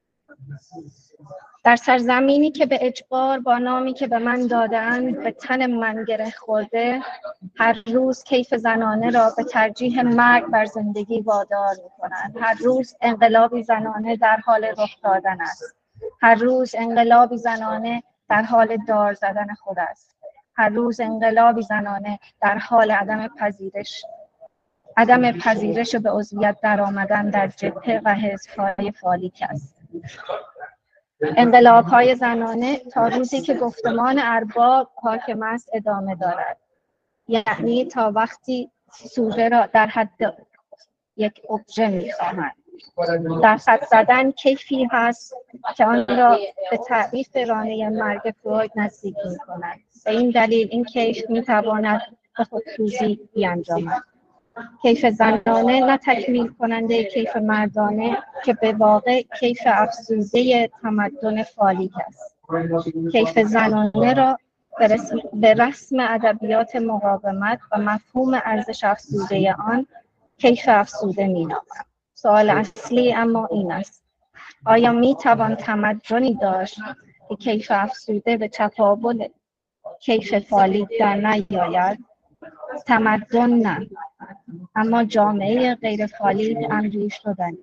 در سرزمینی که به اجبار با نامی که به من دادند به تن من گره خورده، هر روز کیف زنانه را به ترجیح مرگ بر زندگی وادار می‌کنند. هر روز انقلابی زنانه در حال رخ دادن است. هر روز انقلابی زنانه در حال دار زدن خود است. هر روز انقلابی زنانه در حال عدم پذیرش عدم پذیرش به عضویت در آمدن در جبهه و حزب‌های فالیک است. انقلاب‌های زنانه تا روزی که گفتمان ارباب حاکم است ادامه دارد، یعنی تا وقتی سوژه را در حد یک ابژه می‌خواهند. در خط زدن کیفی هست که آن را به تعریف رانه مرگ فروید نزدیک می‌کند. به این دلیل این کیف می‌تواند به خودسوزی بیانجامد. کیف زنانه نه تکمیل کننده کیف مردانه که به واقع کیف افزوده تمدن فالیک است. کیف زنانه را به رسم, به رسم ادبیات مقاومت و مفهوم ارزش افزوده آن کیف افزوده می‌نامند. سوال اصلی اما این است: آیا می‌توان تمدنی داشت که کیف افزوده به تقابل کیف فالیک در نیاید؟ تمدن نه، اما جامعه غیر فالیک امری شدنی.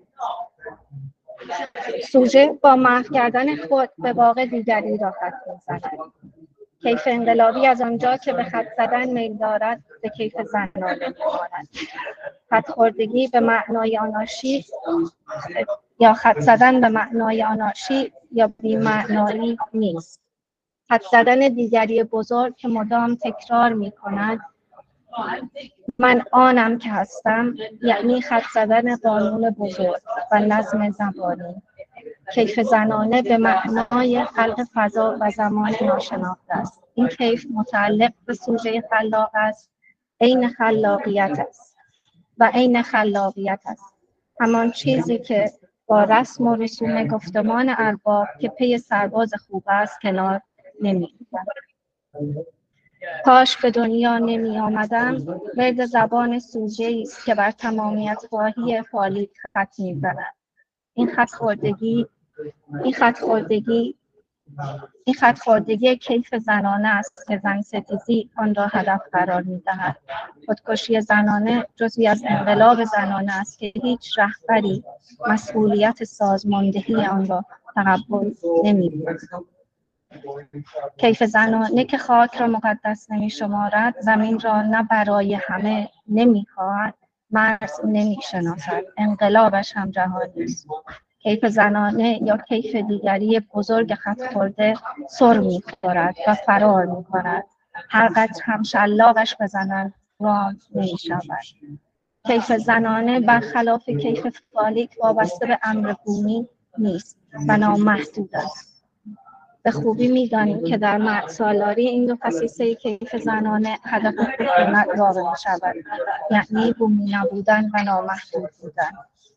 سوژه با محو کردن خود به واقع دیگری را خط می‌زند. کیف انقلابی از آنجا که به خط زدن میل دارد به کیف زنانه می‌ماند. خط خوردگی به معنای آنارشی یا خط زدن به معنای آنارشی یا بی‌معنایی نیست. خط زدن دیگری بزرگ که مدام تکرار می‌کند من آنم که هستم، یعنی خط زدن قانون بزرگ و نظم زبانی. کیف زنانه به معنای خلق فضا و زمان ناشناخته است. این کیف متعلق به سوژه خلاق است، عین خلاقیت است و عین خلاقیت است. همان چیزی که با رسم و رسوم گفتمان ارباب که پی سرباز خوب است کنار نمی‌آید. کاش به دنیا نمی آمدم ورد زبان سوژه‌ای است که بر تمامیت خواهی فالیک خط می‌زند. این خط خوردگی این خط خوردگی این خط خوردگی کیف زنانه است که زن ستیزی آن را هدف قرار می‌دهد. خودکشی زنانه جزئی از انقلاب زنانه است که هیچ رهبری مسئولیت سازماندهی آن را تقبل نمی‌کند. کیف زنانه که خاک را مقدس نمی شمارد، زمین را نه برای همه نمی خواهد، مرز نمی شناسد، انقلابش هم جهانی است. کیف زنانه یا کیف دیگری بزرگ خط خورده سر می خورد و فرار می کند. هر قدر هم شلاقش بزنند رام نمی شود. کیف زنانه برخلاف کیف فالیک وابسته به امر بومی نیست و نامحدود است. به خوبی می‌دانیم که در مرد سالاری این دو خصیصه کیف زنانه هدف خشونت واقع می‌شود، یعنی بومی نبودن و نامحدود بودن.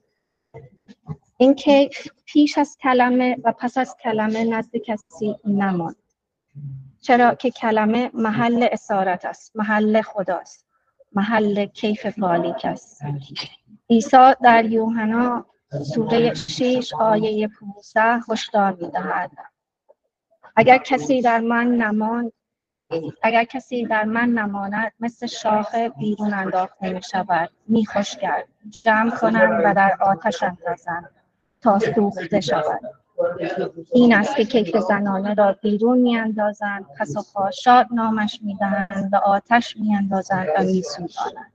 این کیف پیش از کلمه و پس از کلمه نزد کسی نماند، چرا که کلمه محل اسارت است، محل خداست، محل کیف فالیک است. عیسی در یوحنا سوره شش آیه پانزده هشدار می‌دهد: اگر کسی در من نماند اگر کسی در من نماند مثل شاخه بیرون انداخته می شود، می خشکد، جمع کنند و در آتش اندازند تا سوخته شود. این است که کیف زنانه را بیرون می اندازند، خس و خاشاک نامش می دهند و آتش می اندازند و می سوزانند.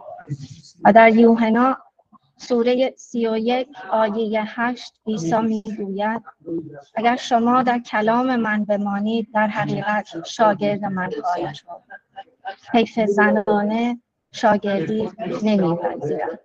و در یوحنا سوره سی و یک آیه هشت عیسی میگوید: اگر شما در کلام من بمانید در حقیقت شاگرد من خواهید شد. کیف زنانه شاگردی نمی‌پذیرد.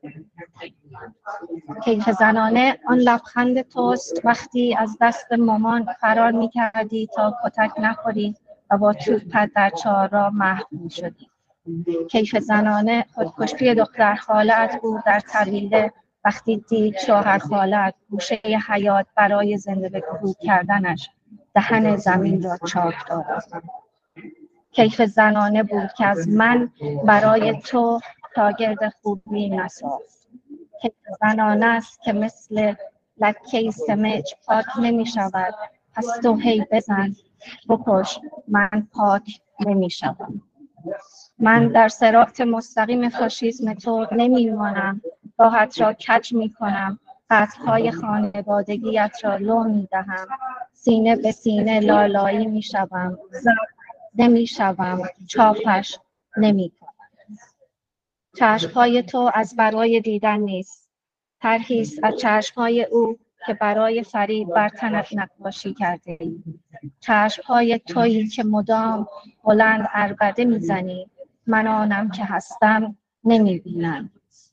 کیف زنانه آن لبخند توست وقتی از دست مامان فرار می‌کردی تا کتک نخوری و با توپت در چهارراه محو می‌شدی. کیف زنانه خودکشی دختر خاله‌ات بود در طویله وقتی دید شوهر خاله‌ات گوشه حیات برای زنده به کوب کردنش دهن زمین را چاک داد. کیف زنانه بود که از من برای تو شاگرد خوبی نساخت. کیف زنانه است که مثل لکه سمج پاک نمی شود، پس تو هی بزن بکش، من پاک نمی شدم. من در صراط مستقیم فاشیسم تو نمیمانم، راحت را کج می کنم، قتل‌های خانوادگیت را لو می دهم، سینه به سینه لالایی می شوم، زرد نمی شوم، چاپش نمی کنم. چشمهای تو از برای دیدن نیست، طرحی است از چشمهای او که برای فریب بر تنت نقاشی کرده ای. چشمهای تویی که مدام بلند عربده میزنی، من آنم که هستم نمیبینم.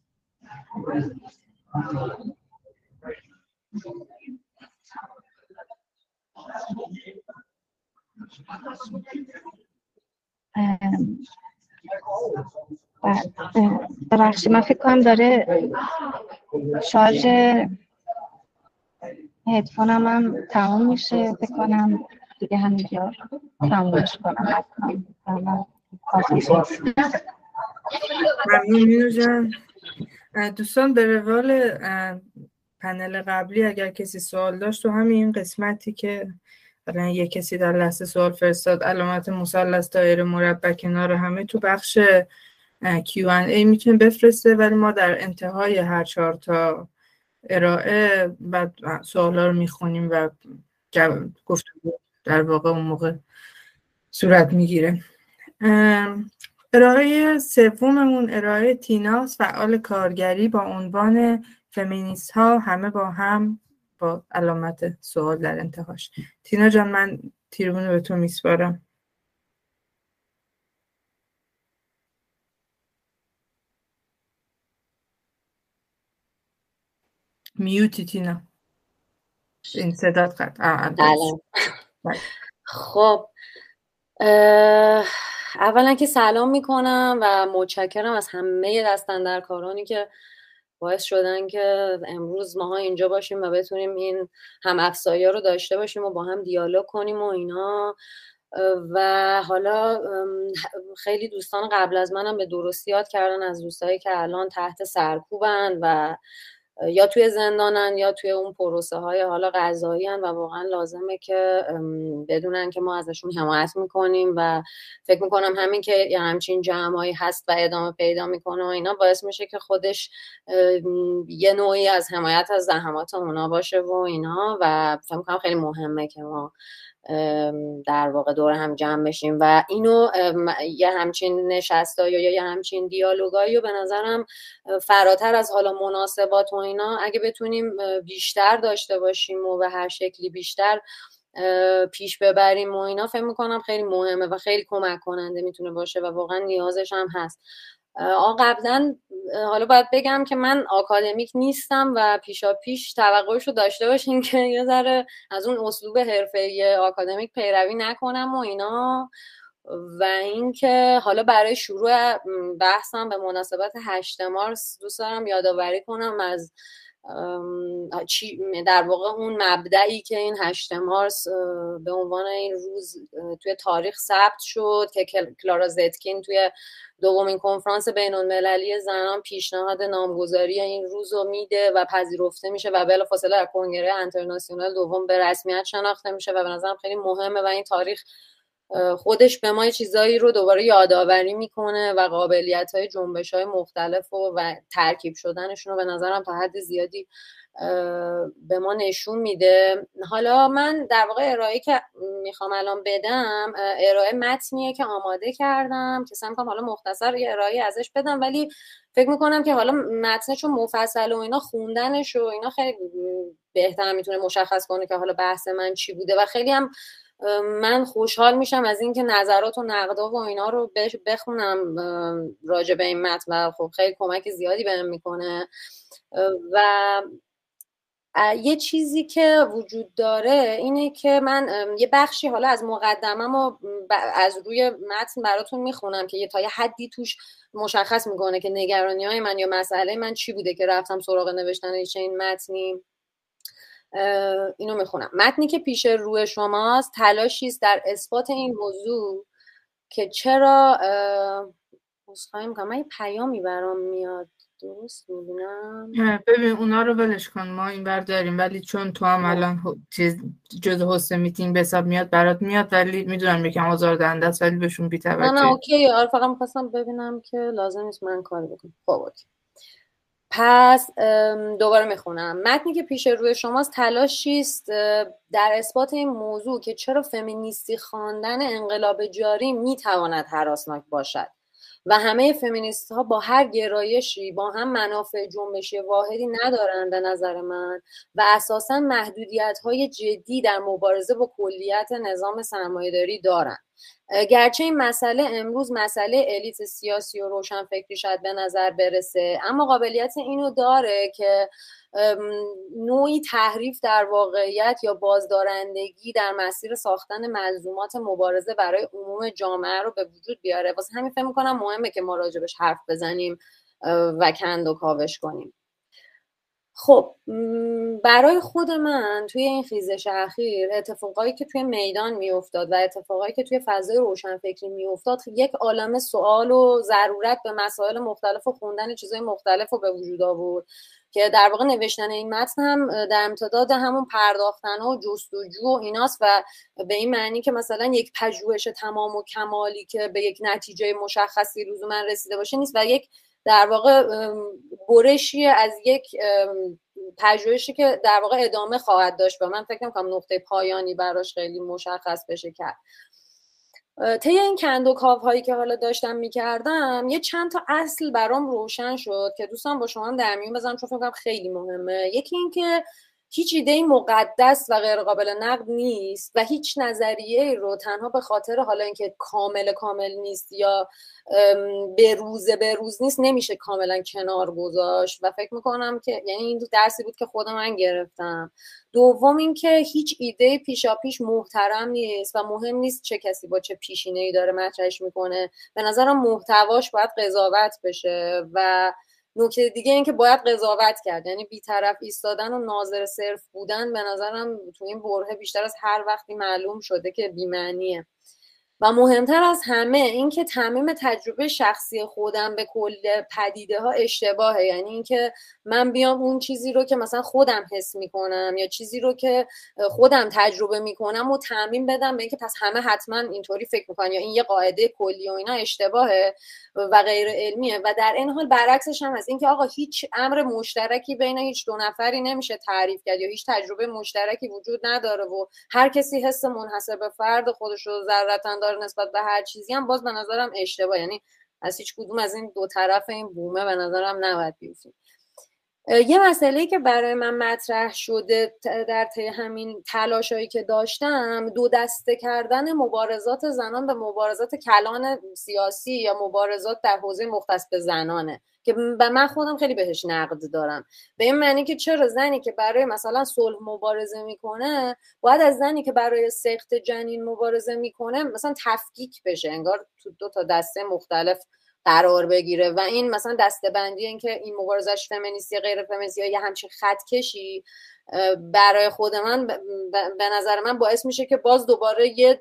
ببخشید من فکر کنم داره شارژ هدفونم هم تموم میشه، فکر کنم دیگه همینجا تمومش کنم. ممنون مینو جان. دوستان به روال پنل قبلی اگر کسی سوال داشت تو همین قسمتی که مثلا یه کسی در لحظه سوال فرستاد علامت مثلث دایره مربع کنار همه تو بخش کیو ان ای میتونه بفرسته، ولی ما در انتهای هر چهار تا ارائه بعد سوالا رو میخونیم و گفتگو در واقع اون موقع صورت میگیره. ارائه سوممون ارائه تیناس، فعال کارگری با عنوان فمینیست ها همه با هم، با علامت سوال در انتهاش. تینا جان من تیربون به تو میسپارم. میوتی تینا، این صدات قطع. خب اولا که سلام میکنم و متشکرم از همه دست‌اندرکارانی که باعث شدن که امروز ماها اینجا باشیم و بتونیم این هم افزایی رو داشته باشیم و با هم دیالوگ کنیم و اینا. و حالا خیلی دوستان قبل از منم به درستی یاد کردن از دوستایی که الان تحت سرکوبن و یا توی زندانن یا توی اون پروسه های حالا قضایی هن و واقعا لازمه که بدونن که ما ازشون حمایت میکنیم و فکر میکنم همین که همچین جمعایی هست و ادامه پیدا میکنه و اینا باعث میشه که خودش یه نوعی از حمایت از زحمات اونا باشه و اینا و فکر میکنم خیلی مهمه که ما در واقع دور هم جمع بشیم و اینو یه همچین نشستایی یا یه همچین دیالوگایی و به نظرم فراتر از حالا مناسبات و اینا اگه بتونیم بیشتر داشته باشیم و به هر شکلی بیشتر پیش ببریم و اینا فکر میکنم خیلی مهمه و خیلی کمک کننده میتونه باشه و واقعا نیازش هم هست. آقا قبلا حالا باید بگم که من آکادمیک نیستم و پیشا پیش توقعش رو داشته باشین که یه ذره از اون اسلوب حرفه‌ای آکادمیک پیروی نکنم و اینا. و اینکه حالا برای شروع بحثم به مناسبت هشتم مارس دوست دارم یادآوری کنم از چی در واقع اون مبدئی که این هشتم مارس به عنوان این روز توی تاریخ ثبت شد که کلارا زتکین توی دومین کنفرانس بین‌المللی زنان پیشنهاد نامگذاری این روز رو میده و پذیرفته میشه و بلافاصله در کنگره انترناسیونال دوم به رسمیت شناخته میشه و به نظرم خیلی مهمه و این تاریخ خودش به ما چیزایی رو دوباره یادآوری میکنه و قابلیت‌های جنبش‌های مختلف و, و ترکیب شدنشون رو به نظرم تا حد زیادی به ما نشون میده. حالا من در واقع ارائه که میخوام الان بدم ارائه متنیه که آماده کردم که سعی می‌کنم حالا مختصر یه ارائه ازش بدم، ولی فکر میکنم که حالا متنشو مفصل و اینا خوندنش و اینا خیلی بهتر میتونه مشخص کنه که حالا بحث من چی بوده و خیلی هم من خوشحال میشم از اینکه نظرات و نقدا و اینا رو بخونم راجع به این متن و خب خیلی کمک زیادی بهم میکنه. و یه چیزی که وجود داره اینه که من یه بخشی حالا از مقدمه‌مو از روی متن براتون میخونم که یه تا یه حدی توش مشخص میکنه که نگرانی‌های من یا مسئله من چی بوده که رفتم سراغ نوشتن این متنی. اینو میخونم. متنی که پیش روی شماست تلاشی است در اثبات این موضوع که چرا عذرخواهی میکنم من یه پیامی برام میاد درست میبینم. ببین اونا رو ولش کن ما این بر داریم، ولی چون تو هم الان چیز جز هست میتینگ به حساب میاد برات میاد، ولی میدونم یکم آزاردهنده است ولی بهشون بی توجه. نه نه اوکی، آره فقط میخواستم ببینم که لازم نیست من کاری بکنم. خب اوکی. پس دوباره میخونم. متنی که پیش روی شماست تلاشی است در اثبات این موضوع که چرا فمینیستی خواندن انقلاب جاری میتواند هراسناک باشد و همه فمینیست ها با هر گرایشی با هم منافع جنبشی واحدی ندارن به نظر من و اساساً محدودیت های جدی در مبارزه با کلیت نظام سرمایه‌داری دارن. گرچه این مسئله امروز مسئله الیت سیاسی و روشنفکری شاید به نظر برسه، اما قابلیت اینو داره که نوعی تحریف در واقعیت یا بازدارندگی در مسیر ساختن منظومات مبارزه برای عموم جامعه رو به وجود بیاره. واسه همین فکر می‌کنم مهمه که ما راجبش حرف بزنیم و کند و کاوش کنیم. خب برای خود من توی این خیزش اخیر اتفاقایی که توی میدان میافتاد و اتفاقایی که توی فضای روشنفکری میافتاد یک عالمه سوال و ضرورت به مسائل مختلف و خوندن چیزای مختلف رو به وجود آورد که در واقع نوشتن این متن هم در امتداد همون پرداختن و جستجو و ایناست و به این معنی که مثلا یک پژوهش تمام و کمالی که به یک نتیجه مشخصی لزوما رسیده باشه نیست و یک در واقع برشی از یک پژوهشی که در واقع ادامه خواهد داشت و من فکر می‌کنم نقطه پایانی براش خیلی مشخص بشه کرد. طی این کند و کاوهایی که حالا داشتم میکردم یه چند تا اصل برام روشن شد که دوستان با شما هم در میون بذارم چون فکر کنم خیلی مهمه. یکی این که هیچ ایده مقدس و غیر قابل نقد نیست و هیچ نظریه رو تنها به خاطر حالا اینکه کامل کامل نیست یا به روز به روز نیست نمیشه کاملا کنار گذاشت و فکر میکنم که یعنی این درسی بود که خود من گرفتم. دوم این که هیچ ایده پیشا پیش محترم نیست و مهم نیست چه کسی با چه پیشینه‌ای داره مطرحش میکنه. به نظرم محتواش باید قضاوت بشه و نکته دیگه این که باید قضاوت کرد، یعنی بی‌طرف ایستادن و ناظر صرف بودن به نظرم تو این برهه بیشتر از هر وقتی معلوم شده که بی‌معنیه. و مهمتر از همه این که تعمیم تجربه شخصی خودم به کل پدیده ها اشتباهه، یعنی این که من بیام اون چیزی رو که مثلا خودم حس میکنم یا چیزی رو که خودم تجربه میکنم و تعمیم بدم به این که پس همه حتما اینطوری فکر میکنن یا این یه قاعده کلی و اینا اشتباهه و غیر علمیه. و در این حال برعکسش هم هست، این که آقا هیچ امر مشترکی بین هیچ دو نفری نمیشه تعریف کرد یا هیچ تجربه مشترکی وجود نداره و هر کسی حس منحصر به فرد خودش رو ذره‌تن داره نسبت به هر چیزی، هم باز به نظرم اشتباه. یعنی از هیچ کدوم از این دو طرف این بومه به نظرم نباید بیفتیم. یه مسئله‌ای که برای من مطرح شده در طی همین تلاشایی که داشتم، دو دسته کردن مبارزات زنان به مبارزات کلان سیاسی یا مبارزات در حوزه مختص به زنانه که من خودم خیلی بهش نقد دارم. به این معنی که چرا زنی که برای مثلا صلح مبارزه میکنه باید از زنی که برای سقط جنین مبارزه میکنه مثلا تفکیک بشه، انگار تو دو تا دسته مختلف قرار بگیره و این مثلا دسته‌بندی این که این مبارزش فمینیستی غیر فمینیستی یا یه همچین خط کشی برای خود من به نظر من باعث میشه که باز دوباره یه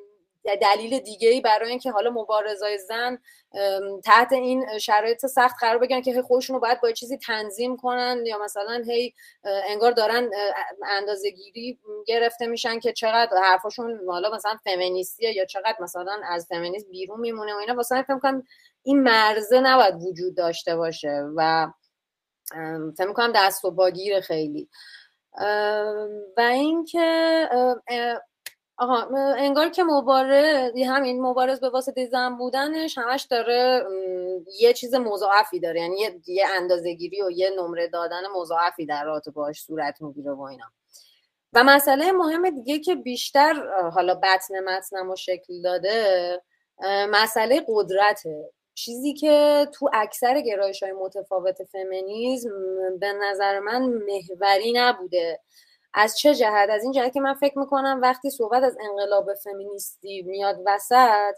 دلیل دیگه‌ای برای اینکه حالا مبارزای زن تحت این شرایط سخت قرار بگیرن که خودشون رو باید با چیزی تنظیم کنن یا مثلا هی انگار دارن اندازه‌گیری گرفته میشن که چقدر حرفاشون حالا مثلا فمینیستیه یا چقدر مثلا از فمینیسم بیرون میمونه و اینا. واسه فکر می‌کنم این مرزه نباید وجود داشته باشه و فکر می‌کنم دست و باگیر خیلی. و اینکه آها انگار که مبارز همین مبارز به واسطه زن بودنش همش داره یه چیز مضاعفی داره، یعنی یه, یه اندازه‌گیری و یه نمره دادن مضاعفی در رابطه باهاش صورت میگیره و اینا. و مسئله مهم دیگه که بیشتر حالا بطن متنمو شکل داده مسئله قدرته، چیزی که تو اکثر گرایش‌های متفاوت فمینیسم به نظر من محوری نبوده. از چه جهت؟ از این جهت که من فکر میکنم وقتی صحبت از انقلاب فمینیستی میاد وسط،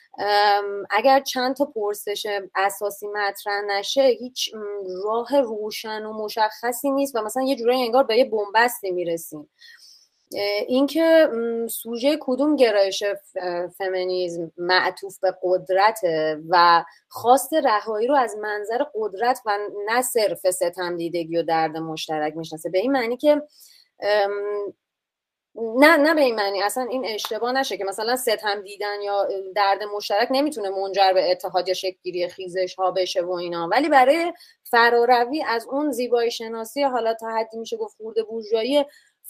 اگر چند تا پرسش اساسی مطرح نشه هیچ راه روشن و مشخصی نیست و مثلا یه جورایی انگار به یه بن‌بستی میرسیم. این که سوژه کدوم گرایش فمینیسم معطوف به قدرته و خواست رهایی رو از منظر قدرت و نه صرف ستم دیدگی و درد مشترک میشناسه. به این معنی که نه نه به این معنی اصلا این اشتباه نشه که مثلا ستم دیدن یا درد مشترک نمیتونه منجر به اتحاد یا شکل‌گیری خیزش ها بشه و اینا، ولی برای فراروی از اون زیبایی شناسی حالا تا حدی میشه گفت خورده بورژوایی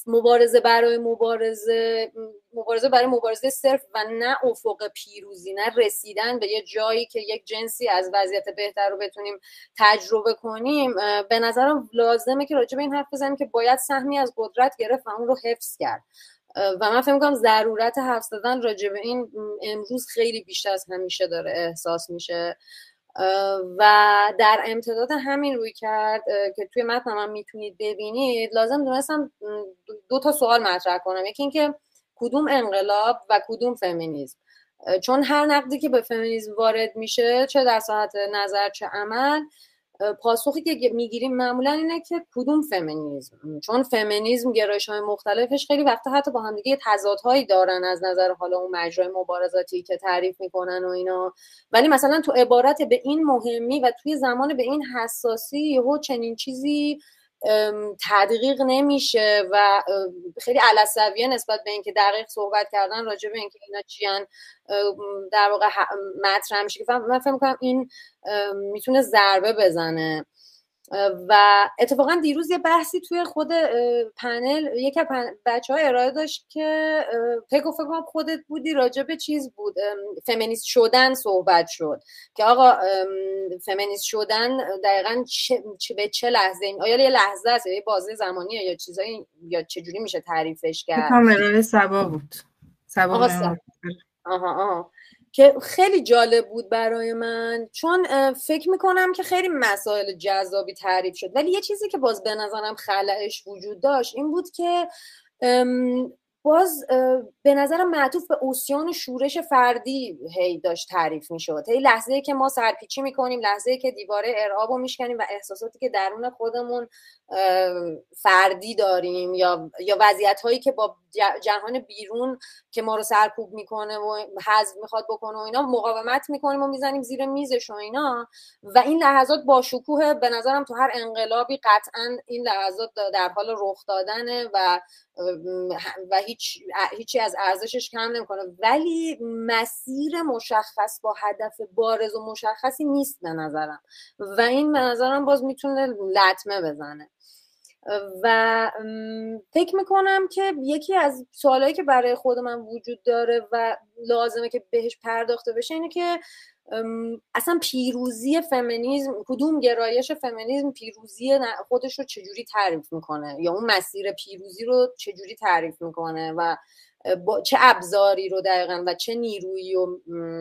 مبارزه برای مبارزه مبارزه برای مبارزه صرف و نه افق پیروزی، نه رسیدن به یه جایی که یک جنسی از وضعیت بهتر رو بتونیم تجربه کنیم، به نظرم لازمه که راجع به این حرف بزنیم که باید سهمی از قدرت گرفت و اون رو حفظ کرد. و من فکر می‌کنم ضرورت حرف زدن راجع به این امروز خیلی بیشتر از همیشه داره احساس میشه. و در امتداد همین روی کرد که توی متن هم میتونید ببینید، لازم دونستم دو تا سوال مطرح کنم. یکی این که کدوم انقلاب و کدوم فمینیسم، چون هر نقدی که به فمینیسم وارد میشه چه در ساحت نظر چه عمل، پاسخی که میگیریم معمولا اینه که کدوم فمینیسم، چون فمینیسم گرایش‌های مختلفش خیلی وقتا حتی با هم دیگه تضادهایی دارن از نظر حالا اون مجرای مبارزاتی که تعریف میکنن و اینا، ولی مثلا تو عبارت به این مهمی و توی زمان به این حساسی یهو چنین چیزی تدقیق نمیشه و خیلی علسویه نسبت به اینکه دقیق صحبت کردن راجع به اینکه اینا چیان در واقع مطرح میشه. من فکر می‌کنم این میتونه ضربه بزنه. و اتفاقا دیروز یه بحثی توی خود پنل یکی از بچه‌ها ارائه داشت که فکر فکر کنم خودت بودی، راجع به چیز بود، فمینیست شدن صحبت شد که آقا فمینیست شدن دقیقاً چه, چه به چه لحظه این، آیا یه لحظه است یه بازه زمانیه یا چیزایی، یا چه جوری میشه تعریفش کرد؟ کامرای سبا بود سبا آها سبا. آها آها که خیلی جالب بود برای من، چون فکر میکنم که خیلی مسائل جذابی تعریف شد، ولی یه چیزی که باز به نظرم خلأش وجود داشت این بود که باز به نظرم معطوف به عصیان و شورش فردی هی داشت تعریف میشد. هی لحظه‌ای که ما سرپیچی میکنیم، لحظه‌ای که دیواره ارعابو میشکنیم و احساساتی که درون خودمون فردی داریم یا یا وضعیت‌هایی که با جهان بیرون که ما رو سرکوب میکنه و حذف میخواد بکنه و اینا مقاومت میکنیم و میزنیم زیر میزش و اینا، و این لحظات با شکوه به نظرم تو هر انقلابی قطعا این لحظات در حال رخ دادنه و و هیچ هیچی از ارزشش کم نمیکنه، ولی مسیر مشخص با هدف بارز و مشخصی نیست به نظرم، و این به نظرم باز میتونه لطمه بزنه. و فکر میکنم که یکی از سوالایی که برای خود من وجود داره و لازمه که بهش پرداخته بشه اینه که اصلا پیروزی فمینیسم، کدوم گرایش فمینیسم پیروزی خودش رو چجوری تعریف میکنه یا اون مسیر پیروزی رو چجوری تعریف میکنه و با چه ابزاری رو دقیقاً و چه نیرویی رو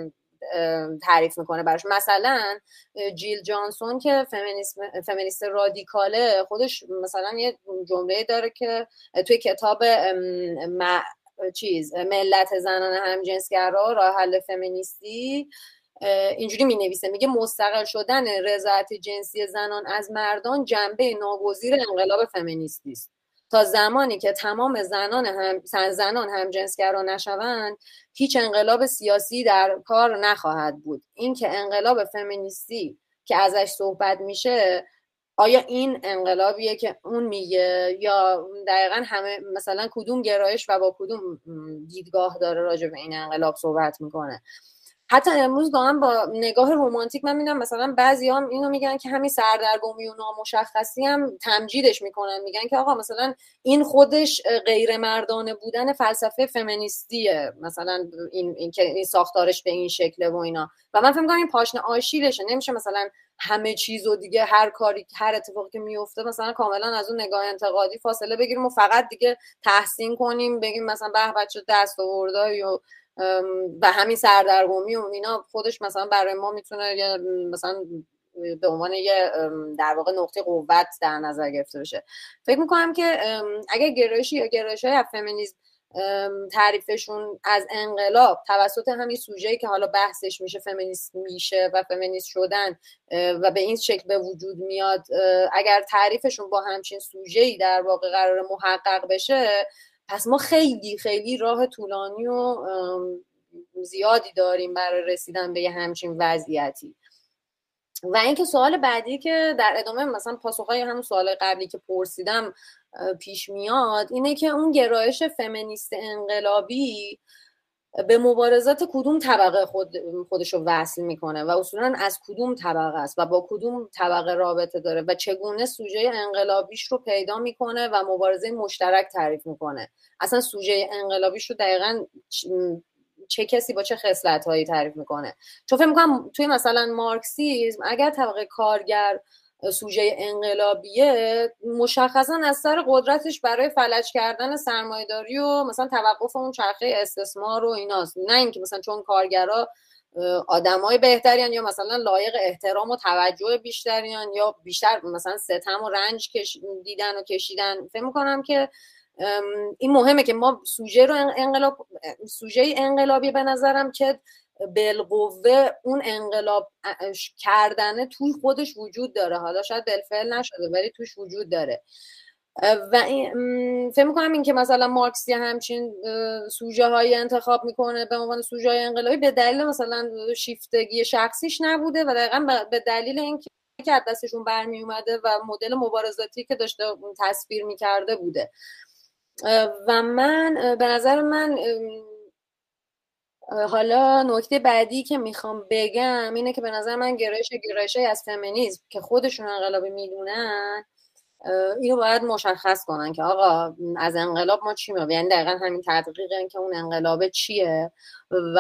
تعریف میکنه براش. مثلا جیل جانسون که فمینیست فمینیست رادیکاله، خودش مثلا یه جمله داره که توی کتاب م... چیز ملت زنان همجنسگرا راه حل فمینیستی اینجوری می نویسه، میگه مستقل شدن رضایت جنسی زنان از مردان جنبه ناگزیر انقلاب فمینیستی است. تا زمانی که تمام زنان هم زنان همجنسگرا نشوند هیچ انقلاب سیاسی در کار نخواهد بود. این که انقلاب فمینیستی که ازش صحبت میشه آیا این انقلابیه که اون میگه یا دقیقاً همه مثلا کدوم گرایش و با کدوم دیدگاه داره راجع به این انقلاب صحبت میکنه. حتی امروز دارم با نگاه رمانتیک من میدونم مثلا بعضی‌ها هم اینو میگن که همین سردرگمی و نامشخصی هم تمجیدش میکنن، میگن که آقا مثلا این خودش غیر مردانه بودن فلسفه فمینیستیه، مثلا این این که این ساختارش به این شکله و اینا. و من فکر می‌کنم این پاشنه آشیلشه، نمیشه مثلا همه چیزو دیگه هر کاری هر اتفاقی که میفته مثلا کاملا از اون نگاه انتقادی فاصله بگیریم و فقط دیگه تحسین کنیم، بگیم مثلا به بچه دست آورده یا و همین سردرگمی و اینا خودش مثلا برای ما میتونه مثلا به عنوان یه در واقع نقطه قوت در نظر گرفته بشه. فکر میکنم که اگر گرایشی یا گرایش‌های فمینیسم تعریفشون از انقلاب توسط همین سوژه‌ای که حالا بحثش میشه فمینیست میشه و فمینیست شدن و به این شکل به وجود میاد، اگر تعریفشون با همچین سوژه‌ای در واقع قرار محقق بشه، پس ما خیلی خیلی راه طولانی و زیادی داریم برای رسیدن به یه همچین وضعیتی. و اینکه سوال بعدی که در ادامه مثلا پاسخهای همون سوال قبلی که پرسیدم پیش میاد اینه که اون گرایش فمینیست انقلابی به مبارزات کدوم طبقه خود خودش رو وصل میکنه و اصولا از کدوم طبقه است و با کدوم طبقه رابطه داره و چگونه سوژه انقلابیش رو پیدا میکنه و مبارزه مشترک تعریف میکنه. اصلا سوژه انقلابیش رو دقیقاً چه کسی با چه خصلت‌هایی تعریف میکنه. چون فکر میکنم توی مثلا مارکسیسم اگر طبقه کارگر سوژه انقلابیه، مشخصا از سر قدرتش برای فلج کردن سرمایه‌داری و مثلا توقف اون چرخه استثمار و ایناست، نه اینکه مثلا چون کارگرا آدمای بهترین یا مثلا لایق احترام و توجه بیشترین یا بیشتر مثلا ستم و رنج کش دیدن و کشیدن. فکر می‌کنم که این مهمه که ما سوژه رو انقلاب سوژه انقلابی به نظرم که بالقوه اون انقلاب کردنه توی خودش وجود داره، حالا شاید بالفعل نشده ولی توش وجود داره. و این فکر می‌کنم این که مثلا مارکسی همچین سوژه هایی انتخاب میکنه به عنوان سوژه های انقلابی به دلیل مثلا شیفتگی شخصیش نبوده و دقیقاً به دلیل اینکه که از دستشون برمی اومده و مدل مبارزاتی که داشته تصویر میکرده بوده. و من به نظر من حالا نکته بعدی که میخوام بگم اینه که به نظر من گرایش گرایشی از فمینیسم که خودشون انقلابی میدونن اینو باید مشخص کنن که آقا از انقلاب ما چی می‌بینیم، یعنی دقیقاً همین تدقیق این که اون انقلاب چیه و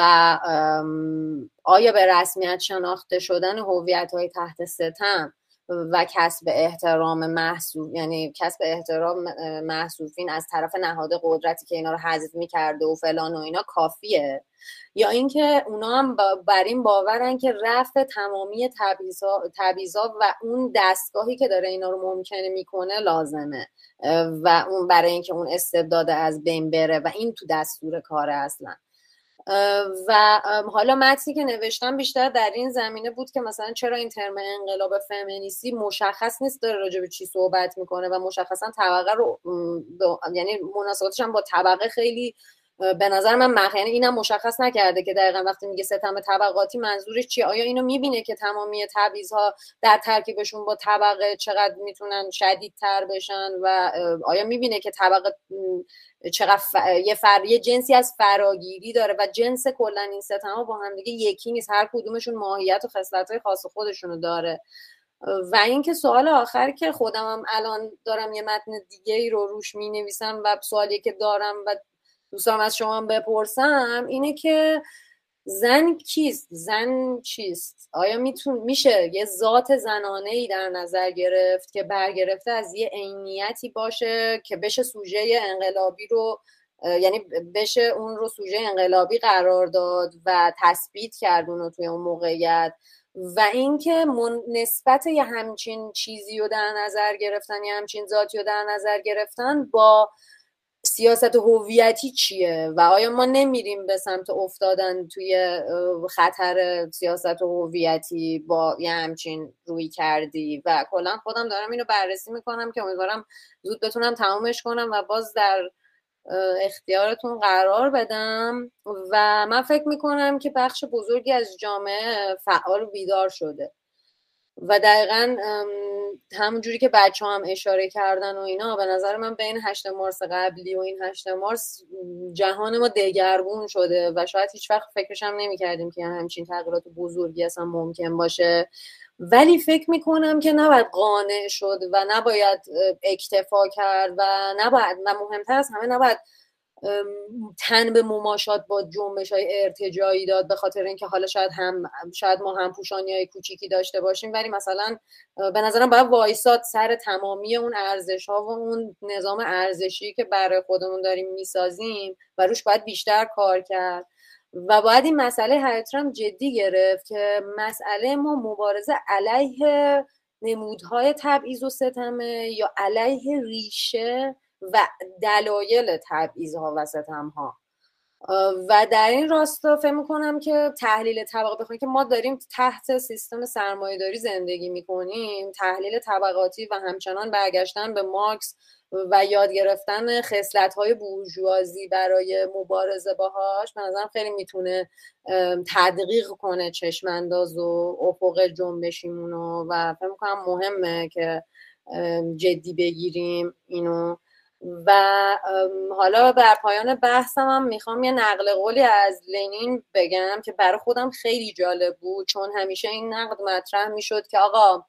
آیا به رسمیت شناخته شدن هویت‌های تحت ستم و کسب احترام محسوب، یعنی کسب احترام محسوبین از طرف نهاد قدرتی که اینا رو حذف می‌کرده و فلان و اینا کافیه، یا اینکه اونا هم بر این باورن که رفع تمامی تبعیض‌ها و اون دستگاهی که داره اینا رو ممکنه میکنه لازمه و اون برای اینکه اون استبداد از بین بره و این تو دستور کاره اصلا. و حالا متنی که نوشتم بیشتر در این زمینه بود که مثلا چرا این ترم انقلاب فمینیستی مشخص نیست داره راجع به چی صحبت میکنه و مشخصا طبقه رو یعنی مناسباتش هم با طبقه خیلی به نظر من مخ... یعنی اینم مشخص نکرده که دقیقاً وقتی میگه ستم طبقاتی منظورش چیه. آیا اینو میبینه که تمامی تبعیض‌ها در ترکیبشون با طبقه چقدر میتونن شدیدتر بشن و آیا میبینه که طبقه چقدر ف... یه فر... یه جنسی از فراگیری داره و جنس کلا این ستم‌ها با هم دیگه یکی نیست، هر کدومشون ماهیت و خصلت‌های خاص خودشونو داره. و اینکه سوال آخری که خودم هم الان دارم یه متن دیگه ای رو روش مینویسم و سوالی که دارم و دوستان از شما بپرسم اینه که زن کیست؟ زن چیست؟ آیا میتون میشه یه ذات زنانه ای در نظر گرفت که برگرفته از یه عینیتی باشه که بشه سوژه انقلابی رو، یعنی بشه اون رو سوژه انقلابی قرار داد و تثبیت کرد اون رو توی اون موقعیت، و اینکه نسبت یه همچین چیزی رو در نظر گرفتن، یه همچین ذاتی رو در نظر گرفتن با سیاست هویتی چیه و آیا ما نمیریم به سمت افتادن توی خطر سیاست هویتی با یه همچین روی کردی. و کلا خودم دارم اینو بررسی میکنم که امیدوارم زود بتونم تمامش کنم و باز در اختیارتون قرار بدم. و من فکر میکنم که بخش بزرگی از جامعه فعال و بیدار شده و دقیقاً همونجوری که بچه هم اشاره کردن و اینا، به نظر من بین هشت مارس قبلی و این هشت مارس جهان ما دگرگون شده و شاید هیچ وقت فکرش هم نمی کردیم که همچین تغییرات بزرگی اصلا ممکن باشه. ولی فکر میکنم که نباید قانع شد و نباید اکتفا کرد و نباید و مهمتر از همه نباید تن به مماشات با جنبش‌های ارتجاعی داد، به خاطر اینکه حالا شاید هم شاید ما هم پوشانی‌های کوچیکی داشته باشیم ولی مثلا به نظرم باید وایساد سر تمامی اون ارزش‌ها و اون نظام ارزشی که برای خودمون داریم میسازیم و روش باید بیشتر کار کرد و باید این مسئله حیاتی هم جدی گرفت که مسئله ما مبارزه علیه نمودهای تبعیض و ستمه یا علیه ریشه و دلایل تبعیض‌ها و ستم‌ها. و در این راستا فکر می‌کنم که تحلیل طبقه بخونیم که ما داریم تحت سیستم سرمایه‌داری زندگی می‌کنیم، تحلیل طبقاتی و همچنان برگشتن به مارکس و یاد گرفتن خصلت‌های بورژوازی برای مبارزه باهاش به نظرم خیلی میتونه تدقیق کنه چشم‌انداز و افق جنبشیمونو و فکر می‌کنم مهمه که جدی بگیریم اینو. و حالا در پایان بحثم هم میخوام یه نقل قولی از لنین بگم که برای خودم خیلی جالب بود، چون همیشه این نقد مطرح میشد که آقا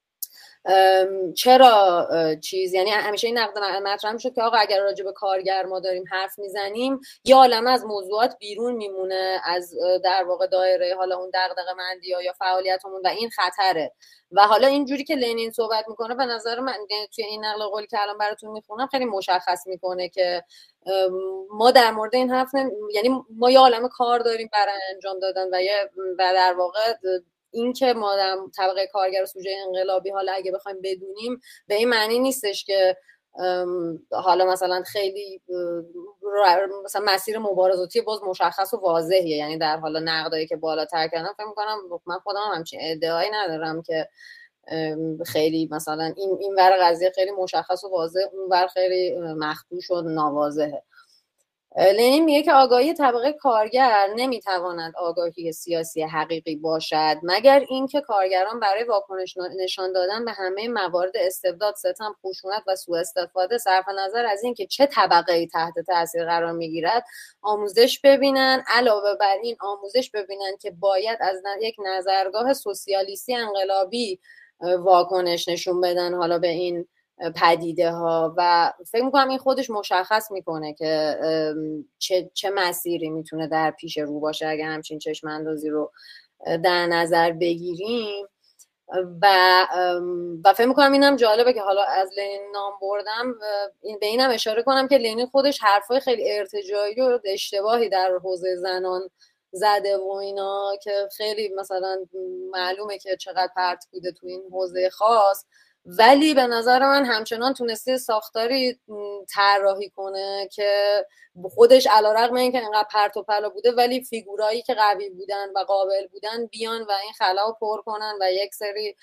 چرا چیز، یعنی همیشه این نقد مطرح میشد که آقا اگر راجع به کارگر ما داریم حرف میزنیم یه عالمه از موضوعات بیرون میمونه از در واقع دایره حالا اون دغدغه مندی یا فعالیتمون و این خطره. و حالا اینجوری که لنین صحبت میکنه به نظر من توی این نقل قولی که الان براتون میخونم خیلی مشخص میکنه که ما در مورد این حرف نمی... یعنی ما یه عالمه کار داریم برای انجام دادن و یه و در واقع این که ما در طبقه کارگر و سوژه انقلابی حالا اگه بخوایم بدونیم به این معنی نیستش که حالا مثلا خیلی مثلا مسیر مبارزاتی باز مشخص و واضحه، یعنی در حالا نقدایی که بالاتر کردم فکر می‌کنم من خودم همچین ادعایی ندارم که خیلی مثلا این این ور قضیه خیلی مشخص و واضح، اون ور خیلی مخدوش و ناواضحه. لنین میگه که آگاهی طبقه کارگر نمیتواند آگاهی سیاسی حقیقی باشد مگر اینکه کارگران برای واکنش نشان دادن به همه موارد استبداد، ستم، خشونت و سوء استفاده صرف نظر از اینکه چه طبقه‌ای تحت تاثیر قرار میگیرد آموزش ببینن، علاوه بر این آموزش ببینن که باید از یک نظرگاه سوسیالیستی انقلابی واکنش نشون بدن حالا به این پدیده ها. و فکر میکنم این خودش مشخص میکنه که چه, چه مسیری میتونه در پیش رو باشه اگر همچین چشم اندازی رو در نظر بگیریم. و و فکر میکنم اینم جالبه که حالا از لنین نام بردم به اینم اشاره کنم که لنین خودش حرفای خیلی ارتجاعی و اشتباهی در حوزه زنان زده و اینا که خیلی مثلا معلومه که چقدر پرت بوده تو این حوزه خاص، ولی به نظر من همچنان تونسته ساختاری طراحی کنه که خودش علیرغم اینکه اینقدر پرت و پلا بوده ولی فیگورایی که قوی بودن و قابل بودن بیان و این خلا رو پر کنن و یک سری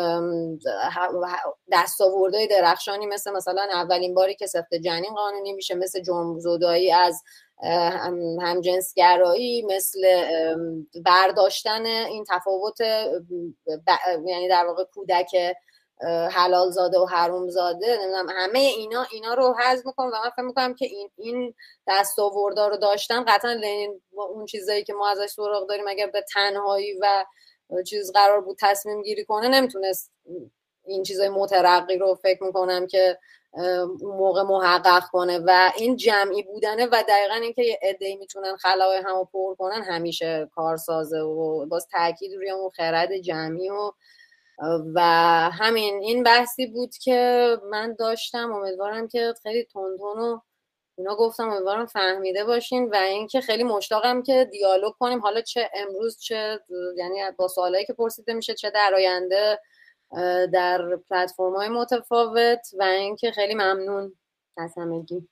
دستاوردهای درخشانی مثل مثلا اولین باری که سفت جنین قانونی میشه، مثل جرم زدایی از همجنسگرایی، مثل برداشتن این تفاوت یعنی در واقع کودک حلال زاده و حروم زاده، نمیدونم همه اینا اینا رو حذف میکنم و من فکر میکنم که این این دستاوردها رو داشتن قطعا لنین اون چیزایی که ما ازش سراغ داریم اگر به تنهایی و چیز قرار بود تصمیم گیری کنه نمیتونست این چیزای مترقی رو فکر میکنم که اون موقع محقق کنه. و این جمعی بودنه و دقیقا این که یه عده‌ای میتونن خلاهای همو پر کنن همیشه کارسازه و باز تاکید روی اون خرد جمعی و و همین این بحثی بود که من داشتم. امیدوارم که خیلی تندتون و اینا گفتم، امیدوارم فهمیده باشین و اینکه خیلی مشتاقم که دیالوگ کنیم، حالا چه امروز چه یعنی با سوالایی که پرسیده میشه چه در آینده در پلتفرم‌های متفاوت. و اینکه خیلی ممنون از همگی.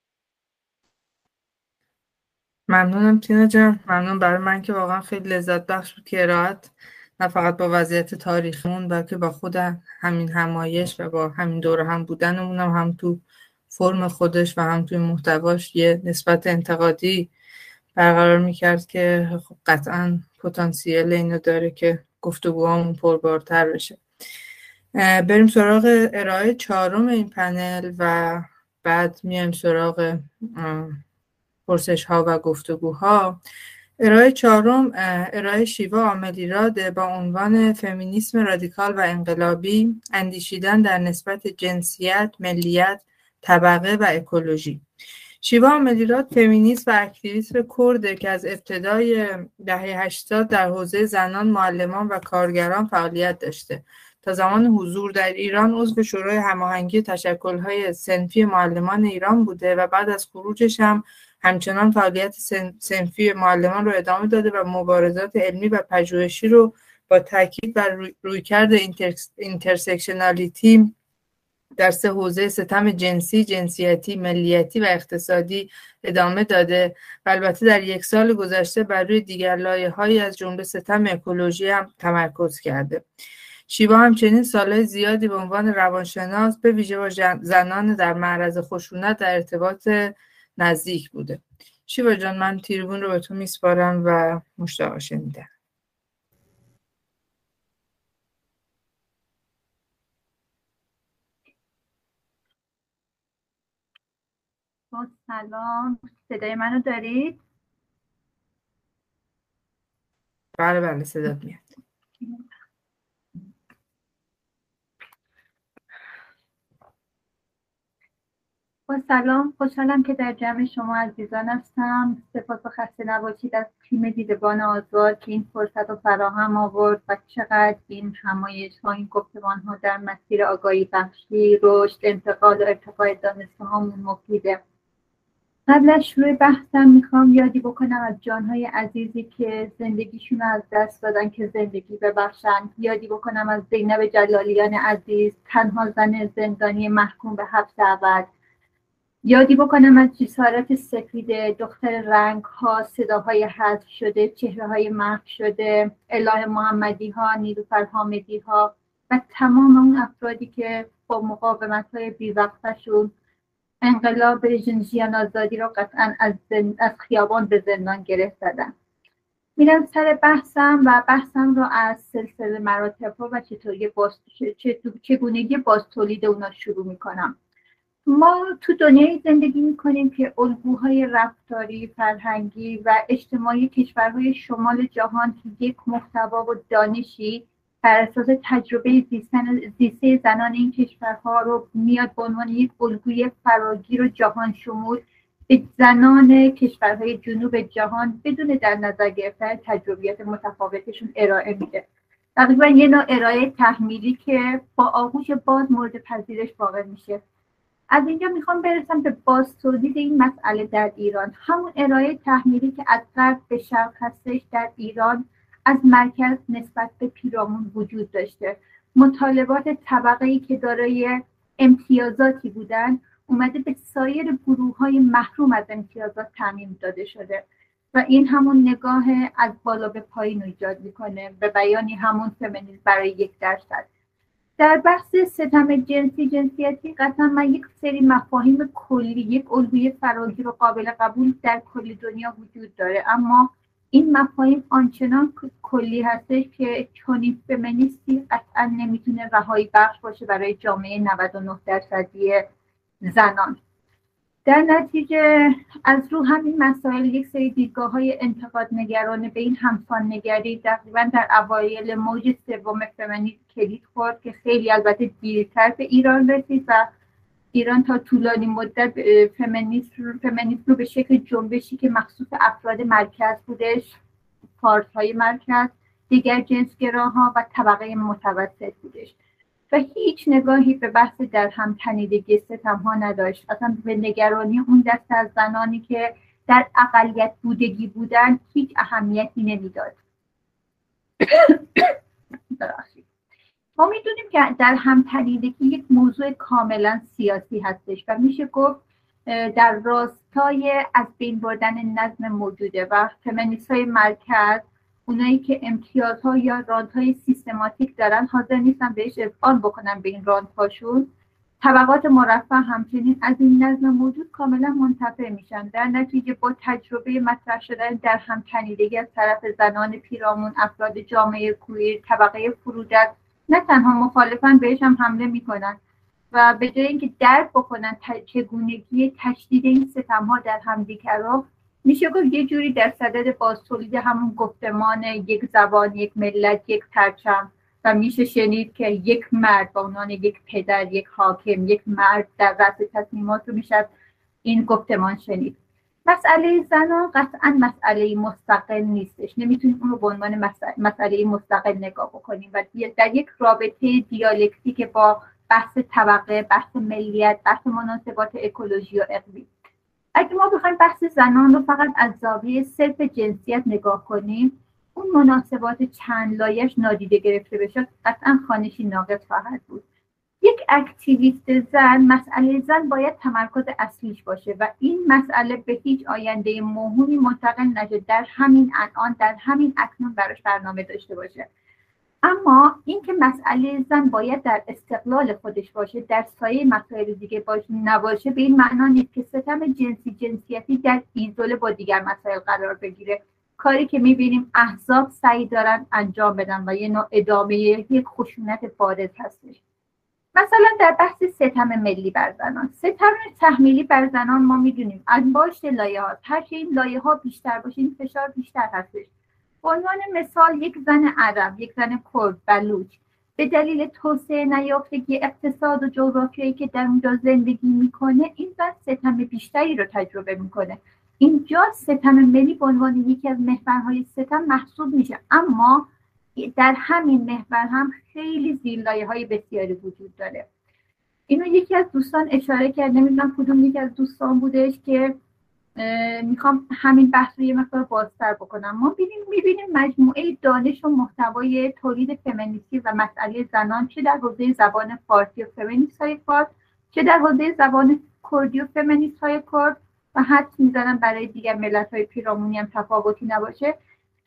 ممنونم تینا جان، ممنون. برای من که واقعا خیلی لذت بخش بود که ارائهت نه فقط با وضعیت تاریخمون بلکه با خود همین همایش و با همین دوره هم بودنمون هم, هم تو فرم خودش و هم توی محتواش یه نسبت انتقادی برقرار میکرد که خب قطعا پتانسیل اینو داره که گفتگوهامون پربارتر بشه. بریم سراغ ارائه چهارم این پنل و بعد میایم سراغ پرسش ها و گفتگوها. ارائه چهارم ارائه شیوا عاملیراده با عنوان فمینیسم رادیکال و انقلابی، اندیشیدن در نسبت جنسیت، ملیت، طبقه و اکولوژی. شیوا عاملیراد فمینیست و اکتیویست کرده که از ابتدای دهه هشتاد در حوزه زنان، معلمان و کارگران فعالیت داشته. تا زمان حضور در ایران عضو شورای هماهنگی تشکل‌های صنفی معلمان ایران بوده و بعد از خروجش هم همچنان فعالیت صنفی معلمان رو ادامه داده و مبارزات علمی و پژوهشی رو با تاکید بر رویکرد اینترسکشنالیتی در سه حوزه ستم جنسی، جنسیتی، ملیتی و اقتصادی ادامه داده و البته در یک سال گذشته بر روی دیگر لایه‌هایی از جمله ستم اکولوژی هم تمرکز کرده. شیوا همچنین سالهای زیادی به عنوان روانشناس به ویژه با زنان در معرض خشونت در ارتباط نزدیک بوده. شیوا جان، من تریبون رو به تو میسپارم و مشتاق شنیدن. سلام، صدای منو دارید؟ بله بله صدات میاد. با سلام، خوشحالم که در جمع شما عزیزان هستم. سپاس و خسته نباشید از تیم دیدبان آزاد که این فرصت رو فراهم آورد و چقدر این همایش ها، این گفتمان ها در مسیر آگاهی بخشی، رشد، انتقال و ارتقای دانسته هامون مفیده. قبل از شروع بحثم میخوام یادی بکنم از جانهای عزیزی که زندگیشون از دست دادن که زندگی ببخشن. یادی بکنم از زینب جلالیان عزیز، تنها زن زندانی محکوم به حبس ابد. یادی بکنم از جسارت سفید دختر رنگ ها، صداهای حذف شده، چهره های محو شده، اله محمدی ها، نیلوفر حامدی ها و تمام اون افرادی که با مقاومت های بی‌وقفه‌شون انقلاب ژنژیان آزادی رو قطعا از, زن... از خیابان به زندان گرفت زدن. میرم سر بحثم و بحثم رو از سلسله مراتب و چطوری باز... چگونگی باز تولید اونا شروع میکنم. ما تو دنیای زندگی میکنیم که الگوهای رفتاری، فرهنگی و اجتماعی کشورهای شمال جهان که یک محتوا و دانشی بر اساس تجربه زیسته زنان این کشورها رو میاد به عنوان یک الگوی فراگیر و جهان شمول به زنان کشورهای جنوب جهان بدون در نظر گرفتن تجربیات متفاوتشون ارائه میده. تقریبا یه نوع ارائه تحمیلی که با آغوش باز مورد پذیرش واقع میشه. از اینجا میخوام برسم به باز تولید این مسئله در ایران. همون ارائه تحمیلی که از غرب به شرق هستش در ایران از مرکز نسبت به پیرامون وجود داشته. مطالبات طبقه‌ای که دارای امتیازاتی بودن اومده به سایر گروه‌های محروم از امتیازات تعمیم داده شده و این همون نگاه از بالا به پایین ایجاد میکنه، به بیانی همون فمینیسم برای یک درصد. در بحث ستم جنسی جنسیتی قطعا من یک سری مفاهیم کلی، یک الگوی فراگیر و قابل قبول در کل دنیا وجود داره، اما این مفاهیم آنچنان کلی هستش که چنین فمینیستی قطعا نمیتونه رهایی بخش باشه برای جامعه نود و نه درصدی زنان. در نتیجه از رو همین مسائل یک سری دیدگاه های انتقاد نگرانه به این همسان نگری تقریبا در اوایل موج سوم فمینیسم کلید خورد که خیلی البته دیرتر به ایران رسید و ایران تا طولانی مدت فمینیسم فمینیسم رو به شکل جنبشی که مخصوص افراد مرکز بودش، پارت‌های مرکز، دیگر جنسگراها و طبقه متوسط بودش و هیچ نگاهی به بحث در هم تنیدگی ستم‌ها نداشت. اصلا به نگرانی اون دست از زنانی که در اقلیت بودگی بودن هیچ اهمیتی نمیداد. ما میدونیم که در هم تنیدگی یک موضوع کاملا سیاسی هستش و میشه گفت در راستای از بین بردن نظم موجوده و فمینیست‌های مرکز، اونایی که امتیازها یا راندهای سیستماتیک دارن، حاضر نیستن بهش اذعان بکنن به این راندهاشون. طبقات مرفه همچنین از این نظم موجود کاملا منتفع میشن. در نتیجه با تجربه مطرح شدن در هم تنیدگی از طرف زنان پیرامون، افراد جامعه کویر، طبقه فرودست، نه تنها مخالفن، بهش هم حمله میکنن و به جای اینکه درک بکنن چگونگی تشدید این ستم‌ها در همدیگر رو، میشه گفت یه جوری در صدد بازتولید همون گفتمان یک زبان، یک ملت، یک پرچم و میشه شنید که یک مرد با عنوان یک پدر، یک حاکم، یک مرد در رأس تصمیمات رو میشه این گفتمان شنید. مسئله زنان قطعا مسئله مستقل نیستش، نمیتونیم اون رو به عنوان مسئله مستقل نگاه بکنیم و در یک رابطه دیالکتیک با بحث طبقه، بحث ملیت، بحث مناسبات اکولوژی و اقلیم. اگه ما بخوایم بحث زنان رو فقط از زاویه صرف جنسیت نگاه کنیم، اون مناسبات چند لایش نادیده گرفته بشه، قطعا خوانشی ناقص خواهد بود. یک اکتیویست زن، مسئله زن باید تمرکز اصلیش باشه و این مسئله به هیچ آینده موهومی منتقل نشه، در همین الان، در همین اکنون براش برنامه داشته باشه. اما اینکه مسئله زن باید در استقلال خودش باشه، در سایه مسائل دیگه باشه نباشه، به این معنا نیست که ستم جنسی جنسیتی در ایزوله با دیگر مسائل قرار بگیره. کاری که میبینیم احزاب سعی دارن انجام بدن و یه نوع ادامه یک خشونت بارز هستش. مثلا در بحث ستم ملی بر زنان، ستم تحمیلی بر زنان ما میدونیم انباشت لایه ها، هرچه این لایه ها بیشتر باشه این فشار بیشتر هستش. به عنوان مثال یک زن عرب، یک زن کرد، بلوچ به دلیل توسعه نیافتگی اقتصاد و جغرافیایی که در اونجا زندگی میکنه این زن ستم بیشتری رو تجربه میکنه. اینجا ستم ملی به عنوان یکی از محورهای ستم محسوب میشه، اما در همین محور هم خیلی زیرلایه‌های بسیاری وجود داره. اینو یکی از دوستان اشاره کرد، نمیدونم کدوم یکی از دوستان بودش که میخوام همین بحث رو یه مقدار بازتر بکنم. ما ببینیم میبینیم مجموعه دانش و محتوای تولید فمینیستی و مسئله زنان چه در حوزه زبان فارسی و فمینیست های فارس، چه در حوزه زبان کردی و فمینیست های کرد و حتی میزنم برای دیگر ملت های پیرامونی هم تفاوتی نباشه،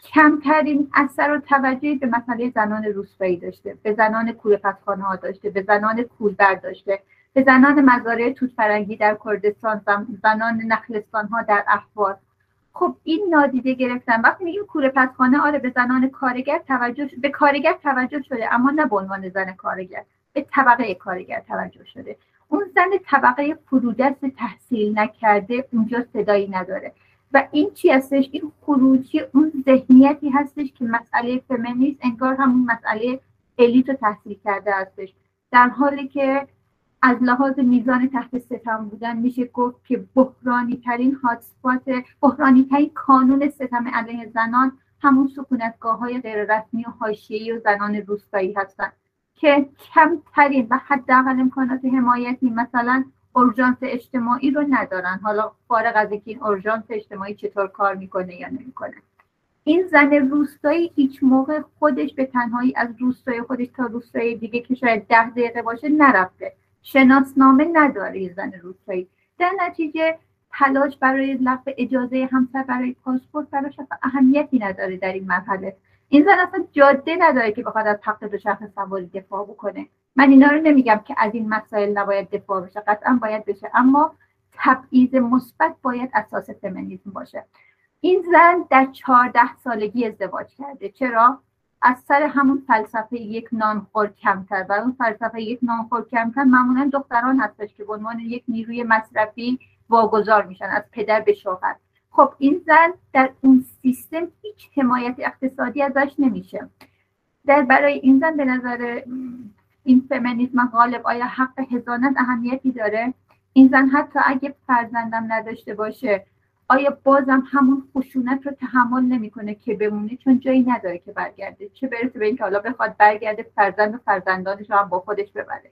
کمترین اثر و توجهی به مسئله زنان روستایی داشته، به زنان کوله‌پسخانه ها داشته، به زنان کولبر داشته، به زنان مزارع توت فرنگی در کردستان، زنان نخلستان ها در احواز. خب این نادیده گرفتن. وقتی میگیم کوله‌پسخانه، آره به زنان کارگر توجه به کارگر توجه شده، اما نه به عنوان زن کارگر، به طبقه کارگر توجه شده. اون زن طبقه فرودست تحصیل نکرده اونجا صدایی نداره. و این چی هستش؟ این خروجی اون ذهنیتی هستش که مسئله فمینیسم انگار همون مسئله الیت رو تحصیل کرده هستش، در حالی که از لحاظ میزان تحت ستم بودن میشه گفت که بحرانی ترین هاتسپات، بحرانی ترین کانون ستم علیه زنان همون سکونتگاه های غیر رسمی و حاشیه‌ای و زنان روستایی هستن که کمترین و حداقل امکانات حمایتی مثلا اورژانس اجتماعی رو ندارن. حالا فارغ از اینکه این اورژانس اجتماعی چطور کار میکنه یا نمیکنه، این زن روستایی هیچ موقع خودش به تنهایی از روستای خودش تا روستای دیگه که شاید ده دقیقه باشه نرفته، شناسنامه نداره زن روستایی. در نتیجه تلاش برای لغو اجازه همسر برای پاسپورت براش اهمیتی نداره در این مرحله. این زن اصلا جاده نداره که بخواد از حق دوچرخه سواری دفاع بکنه. من اینا رو نمیگم که از این مسائل نباید دفاع بشه، قطعا باید بشه، اما تبعیض مثبت باید اساس فمینیسم باشه. این زن در چهارده سالگی ازدواج کرده. چرا؟ از سر همون فلسفه یک نانخور کمتر. و اون فلسفه یک نانخور کمتر معمولا دختران هستش که به عنوان یک نیروی مصرفی واگذار میشن از پدر به شوهر. خب این زن در اون سیستم هیچ حمایت اقتصادی ازش نمیشه. در برای این زن به نظر این فمینیسم غالب آیا حق حضانت اهمیتی داره؟ این زن حتی اگه فرزندم نداشته باشه آیا بازم همون خشونت رو تحمل نمیکنه که بمونه، چون جایی نداره که برگرده، چه برسه به اینکه حالا بخواد برگرده فرزند و فرزندانش رو هم با خودش ببره.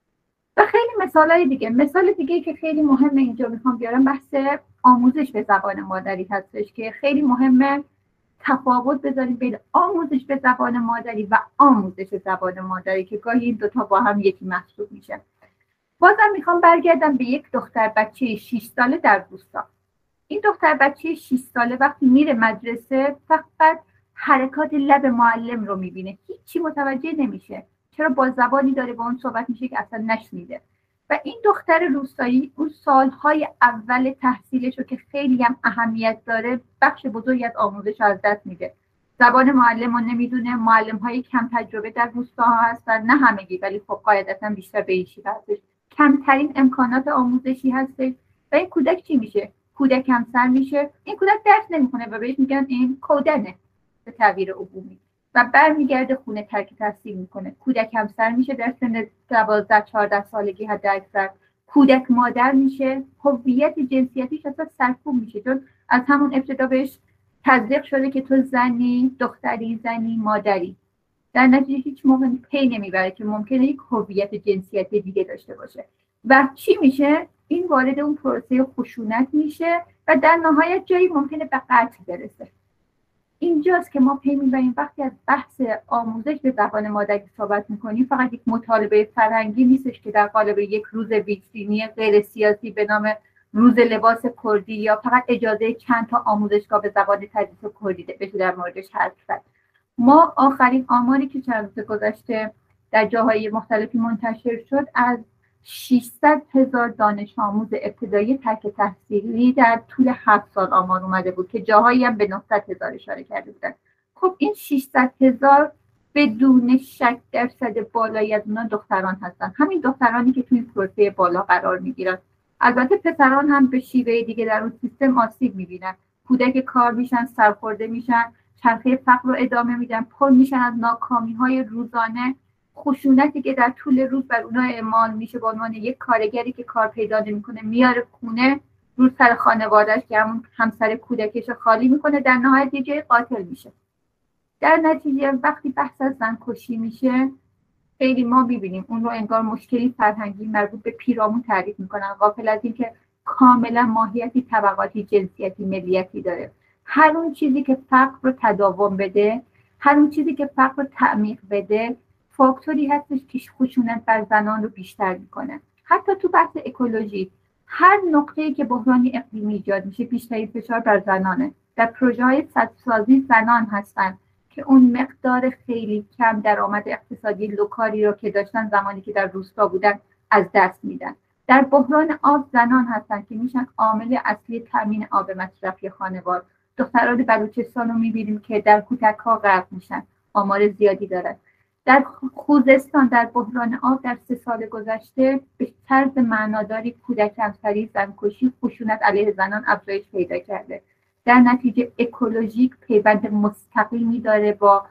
و خیلی مثالای دیگه. مثال دیگه که خیلی مهمه اینجا میخوام بیارم بحث آموزش به زبان مادری هستش که خیلی مهمه تفاوت بذاریم بین آموزش به زبان مادری و آموزش زبان مادری که گاهی این دوتا با هم یکی محسوب میشه. بازم میخوام برگردم به یک دختر بچه شش ساله در روستا. این دختر بچه شش ساله وقتی میره مدرسه فقط حرکات لب معلم رو میبینه، هیچی متوجه نمیشه، چرا با زبانی داره با اون صحبت میشه که اصلا نشنیده. و این دختر روستایی اون سالهای اول تحصیلش رو که خیلی هم اهمیت داره بخش بزرگی از آموزش رو از دست میده. زبان معلم رو نمیدونه، معلم های کم تجربه در روستاها هستن، نه همگی ولی خب قاعدتا بیشتر به این شیوه هستش، کمترین امکانات آموزشی هستش. و این کودک چی میشه؟ کودک همسر میشه. این کودک درس نمیخونه و بهش میگن این کودنه به تعبیر عمومی و برمیگرده خونه ترک تحصیل میکنه. کودک همسر میشه در سن دوازده چهارده سالگی حد اکثر. کودک مادر میشه، هویت جنسیتیش اصلا سرکوب میشه، چون از همون ابتدا بهش تزریق شده که تو زنی، دختری، زنی، مادری. در نتیجه هیچ موقع پی نمیبره که ممکنه یک هویت جنسیتی دیگه داشته باشه. و چی میشه؟ این وارد اون پروسه خشونت میشه و در نهایت جایی ممکنه به قتل برسه. اینجاست که ما پی میبریم وقتی از بحث آموزش به زبان مادری صحبت میکنیم فقط یک مطالبه فرهنگی نیستش که در قالب یک روز ویترینی غیر سیاسی به نام روز لباس کردی یا فقط اجازه چند تا آموزشگاه به زبان تدریس کردی بشه در موردش حرف زد. ما آخرین آماری که چند روز گذشته در جاهای مختلفی منتشر شد از ششصد هزار دانش آموز ابتدایی ترک تحصیلی در طول هفت سال آمار اومده بود که جاهایی هم به نهصد هزار اشاره کرده بودن. خب این ششصد هزار بدون شک درصد بالایی از اونا دختران هستن، همین دخترانی که توی پروسه بالا قرار میگیرن. البته پسران هم به شیوه دیگه در اون سیستم آسیب میبینن، کودک کار میشن، سرخورده میشن، چرخه فقر رو ادامه میدن، پر میشن از ناکامی های روزانه، خشونتی که در طول روز بر اونها اعمال میشه به عنوان یک کارگری که کار پیدا نمیکنه، میاره خونه، رو سر خانواده‌اش که همون همسر کودکش خالی میکنه، در نهایت یه جای قاتل میشه. در نتیجه وقتی بحث از زن کشی میشه، خیلی ما میبینیم اون رو انگار مشکلی فرهنگی مربوط به پیرامون تعریف میکنن، غافل از این که کاملا ماهیتی طبقاتی، جنسیتی، ملیتی داره. هر اون چیزی که فقر رو تداوم بده، هر اون چیزی که فقر رو تعمیق بده، فاکتوری هستش که خشونت بر زنان رو بیشتر میکنه. حتی تو بحث اکولوژی، هر نقطه‌ای که بحرانی اقلیمی ایجاد میشه، بیشترین فشار بر زنانه. در پروژه‌های سدسازی زنان هستن که اون مقدار خیلی کم درآمد اقتصادی لوکالی رو که داشتن زمانی که در روستا بودن از دست میدن. در بحران آب زنان هستن که میشن عامل اصلی تامین آب مصرفی خانوار. دختران بلوچستان رو میبینیم که در کودک‌ها غرق میشن، آمار زیادی دارن. در خوزستان در بحران آب در سه سال گذشته به طرز معناداری کودک همسری، زنکشی، خشونت علیه زنان افزایش پیدا کرده. در نتیجه اکولوژیک پیوند مستقیمی داره با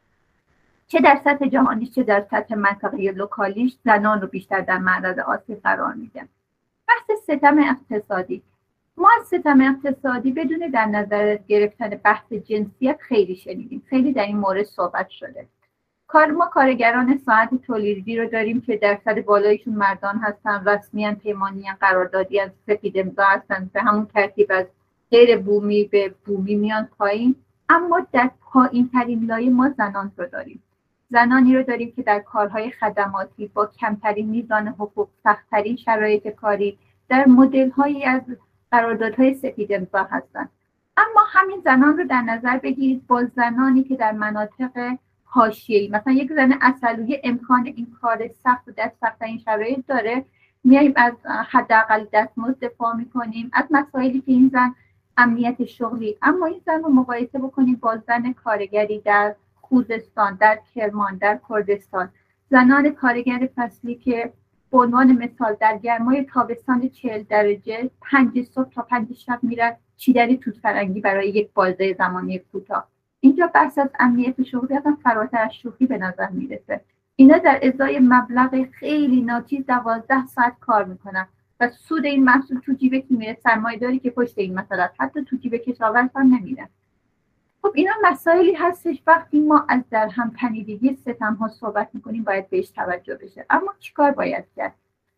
چه در سطح جهانیش چه در سطح منطقه لوکالیش، زنان رو بیشتر در معرض آسیب قرار میده. بحث ستم اقتصادی، ما از ستم اقتصادی بدون در نظر گرفتن بحث جنسیت خیلی شنیدیم، خیلی در این مورد صحبت شده. کار ما کارگران ساعت تولیدی رو داریم که درصد بالایشون مردان هستن، رسمیان، پیمانیان، قراردادیان، سفید امضا هستن، به همون ترتیب از غیر بومی به بومی میان پایین. اما در پایین ترین لایه ما زنان رو داریم، زنانی رو داریم که در کارهای خدماتی با کمترین میزان حقوق، سخت‌ترین شرایط کاری، در مدل‌هایی از قراردادهای سفید امضا هستن. اما همین زنان رو در نظر بگیرید با زنانی که در مناطق حاشیه‌ای، مثلا یک زن عسلویه امکان این کار سخت و دست سخت این شرایط داره، میایم از حداقل دستمزد دفاع میکنیم، از مسائلی که این زن امنیت شغلی، اما این زن رو مقایسه بکنیم با زن کارگری در خوزستان، در کرمان، در کردستان، زنان کارگر فصلی که به عنوان مثال در گرمای تابستان چهل درجه پنج صبح تا پنج شب میرن چیدری توت فرنگی برای یک بازه زمانی کوتاه. اینجا بحث از امنیت شغلی اصلا فراتر از شوخی به نظر میرسه. اینا در ازای مبلغ خیلی ناچیز دوازده ساعت کار میکنن و سود این محصول تو جیب کی میره؟ سرمایه‌داری که پشت این مسئله، حتی تو جیب کشاورز هم نمیره. خب اینا مسائلی هستش وقتی ما از در هم تنیدگی ستم ها صحبت میکنیم باید بهش توجه بشه. اما چیکار باید کرد؟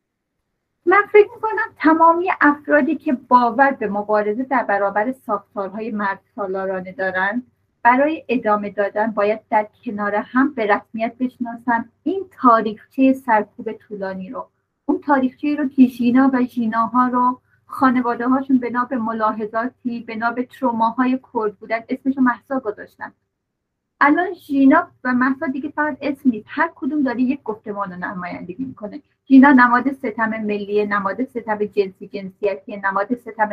من فکر میکنم تمامی افرادی که باور به مبارزه در برابر ساختارهای مرد سالارانه دارن، برای ادامه دادن باید در کنار هم به رسمیت بشناسن این تاریخچه سرکوب طولانی رو، اون تاریخچه رو که ژینا و ژیناها رو خانواده هاشون بنا به ملاحظاتی، بنا به تروماهای کرد بودن اسمشو مهسا گذاشتن. الان ژینا و مهسا دیگه فقط اسم نیست، هر کدوم داره یک گفتمان رو نمایندگی میکنه. ژینا نماد ستم ملیه، نماد ستم جنسی جنسیتی، نماد ستم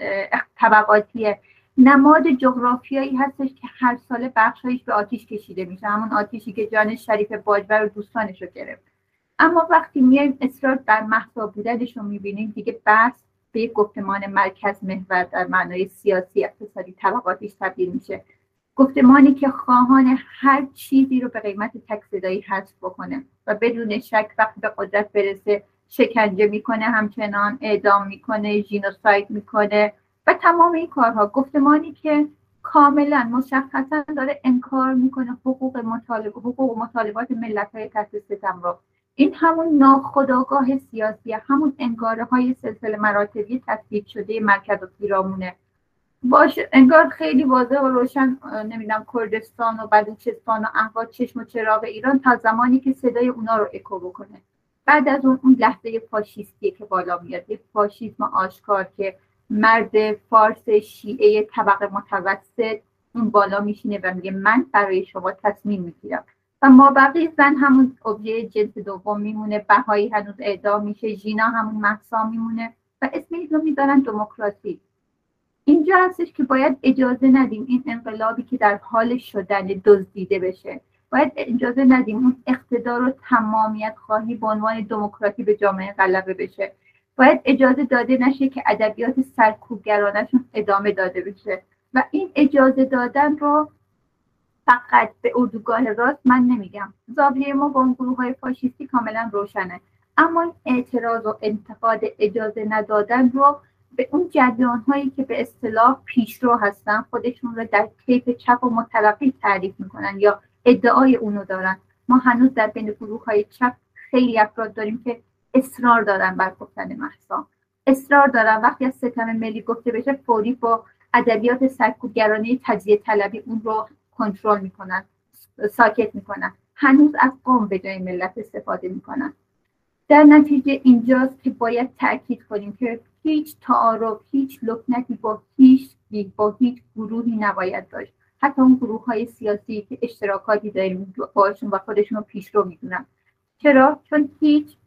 طبقاتیه، نماد جغرافیایی هستش که هر ساله بخشایش به آتیش کشیده میشه، همون آتیشی که جان شریف باجبر و دوستانش رو گرفت. اما وقتی میایم اصرار بر مهسا بودنش رو میبینیم، دیگه بحث به یک گفتمان مرکز محور در معنای سیاسی، اقتصادی، طبقاتیش تبدیل میشه. گفتمانی که خواهان هر چیزی رو به قیمت تک صدایی حذف بکنه و بدون شک وقتی به قدرت برسه شکنجه میکنه، همچنان اعدام میکنه، ژینوساید میکنه و تمام این کارها. گفتمانی که کاملا مشخصا داره انکار میکنه حقوق مطالبه حقوق و مطالبات ملت‌های تحت ستم رو. این همون ناخودآگاه سیاسی، همون انگاره های سلسله مراتبی تثبیت شده مرکز و پیرامونه. باشه انگار خیلی واضح و روشن نمیدونم کردستان و بلوچستان و اهواز چشم و چراغ ایران تا زمانی که صدای اونا رو اکو بکنه. بعد از اون اون لحظه فاشیستی که بالا میاد، یه فاشیسم آشکار که مرد فارس شیعه طبقه متوسط اون بالا میشینه و میگه من برای شما تصمیم میگیرم و ما بقیه زن همون ابژه جنس دوم میمونه، بهایی هنوز اعدام میشه، ژینا همون مهسا میمونه و اسم اینو میذارن دموکراسی. اینجا هستش که باید اجازه ندیم این انقلابی که در حال شدن دزدیده بشه باید اجازه ندیم اون اقتدار و تمامیت خواهی به عنوان دموکراسی به جامعه غلبه بشه. باید اجازه داده نشه که ادبیات سرکوبگرانشون ادامه داده بشه و این اجازه دادن رو فقط به اردوگاه راست من نمیگم. زاویه ما با اون گروه های فاشیستی کاملا روشنه، اما اعتراض و انتقاد اجازه ندادن رو به اون جریان هایی که به اصطلاح پیشرو هستن خودشون رو در کیف چپ و متلقی تعریف میکنن یا ادعای اونو دارن. ما هنوز در بین گروه های چپ خیلی افراد داریم که اصرار دارن بر گفتن مهسا، اصرار دارن وقتی از ستم ملی گفته بشه فوری با ادبیات سرکوبگرانه تجزیه طلبی اون رو کنترل میکنن، ساکت میکنن. هنوز از قوم به جای ملت استفاده میکنن. در نتیجه اینجاست که باید تأکید کنیم که هیچ تعارف، هیچ لکنتی با هیچ با هیچ گروهی نباید داشت، حتی اون گروه های سیاسی که اشتراکاتی داریم باشون و خودشون رو پیشرو میدونن. چرا؟ چون هیچ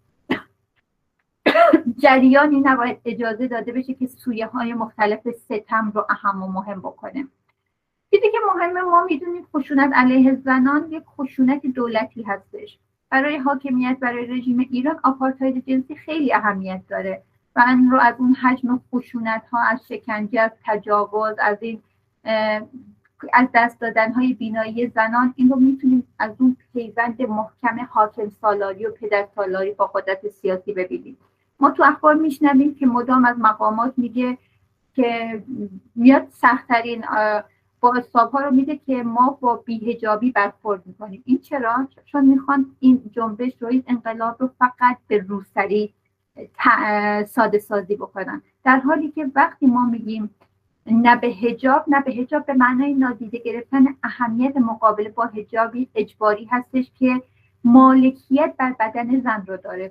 جریانی نباید اجازه داده بشه که سویه های مختلف ستم رو اهم و مهم بکنه. چیزی که مهمه ما میدونیم خشونت علیه زنان یک خشونت دولتی هستش. برای حاکمیت، برای رژیم ایران آپارتاید جنسی خیلی اهمیت داره و این رو از اون حجم خشونت ها، از شکنجه، از تجاوز، از این از دست دادن های بینایی زنان، این رو میتونیم از اون پیوند محکم حاکم سالاری و پدر سالاری با قدرت سیاسی ببینیم. ما تو اخبار میشنویم که مدام از مقامات میگه که میاد سخت‌ترین با اصابها رو میده که ما با بی‌حجابی برخورد میکنیم. این چرا؟ چون میخوان این جنبش رو، این انقلاب رو فقط به روسری ساده سازی بکنن، در حالی که وقتی ما میگیم نه به حجاب، نه به حجاب به معنای نادیده گرفتن اهمیت مقابله با حجابی اجباری هستش که مالکیت بر بدن زن رو داره،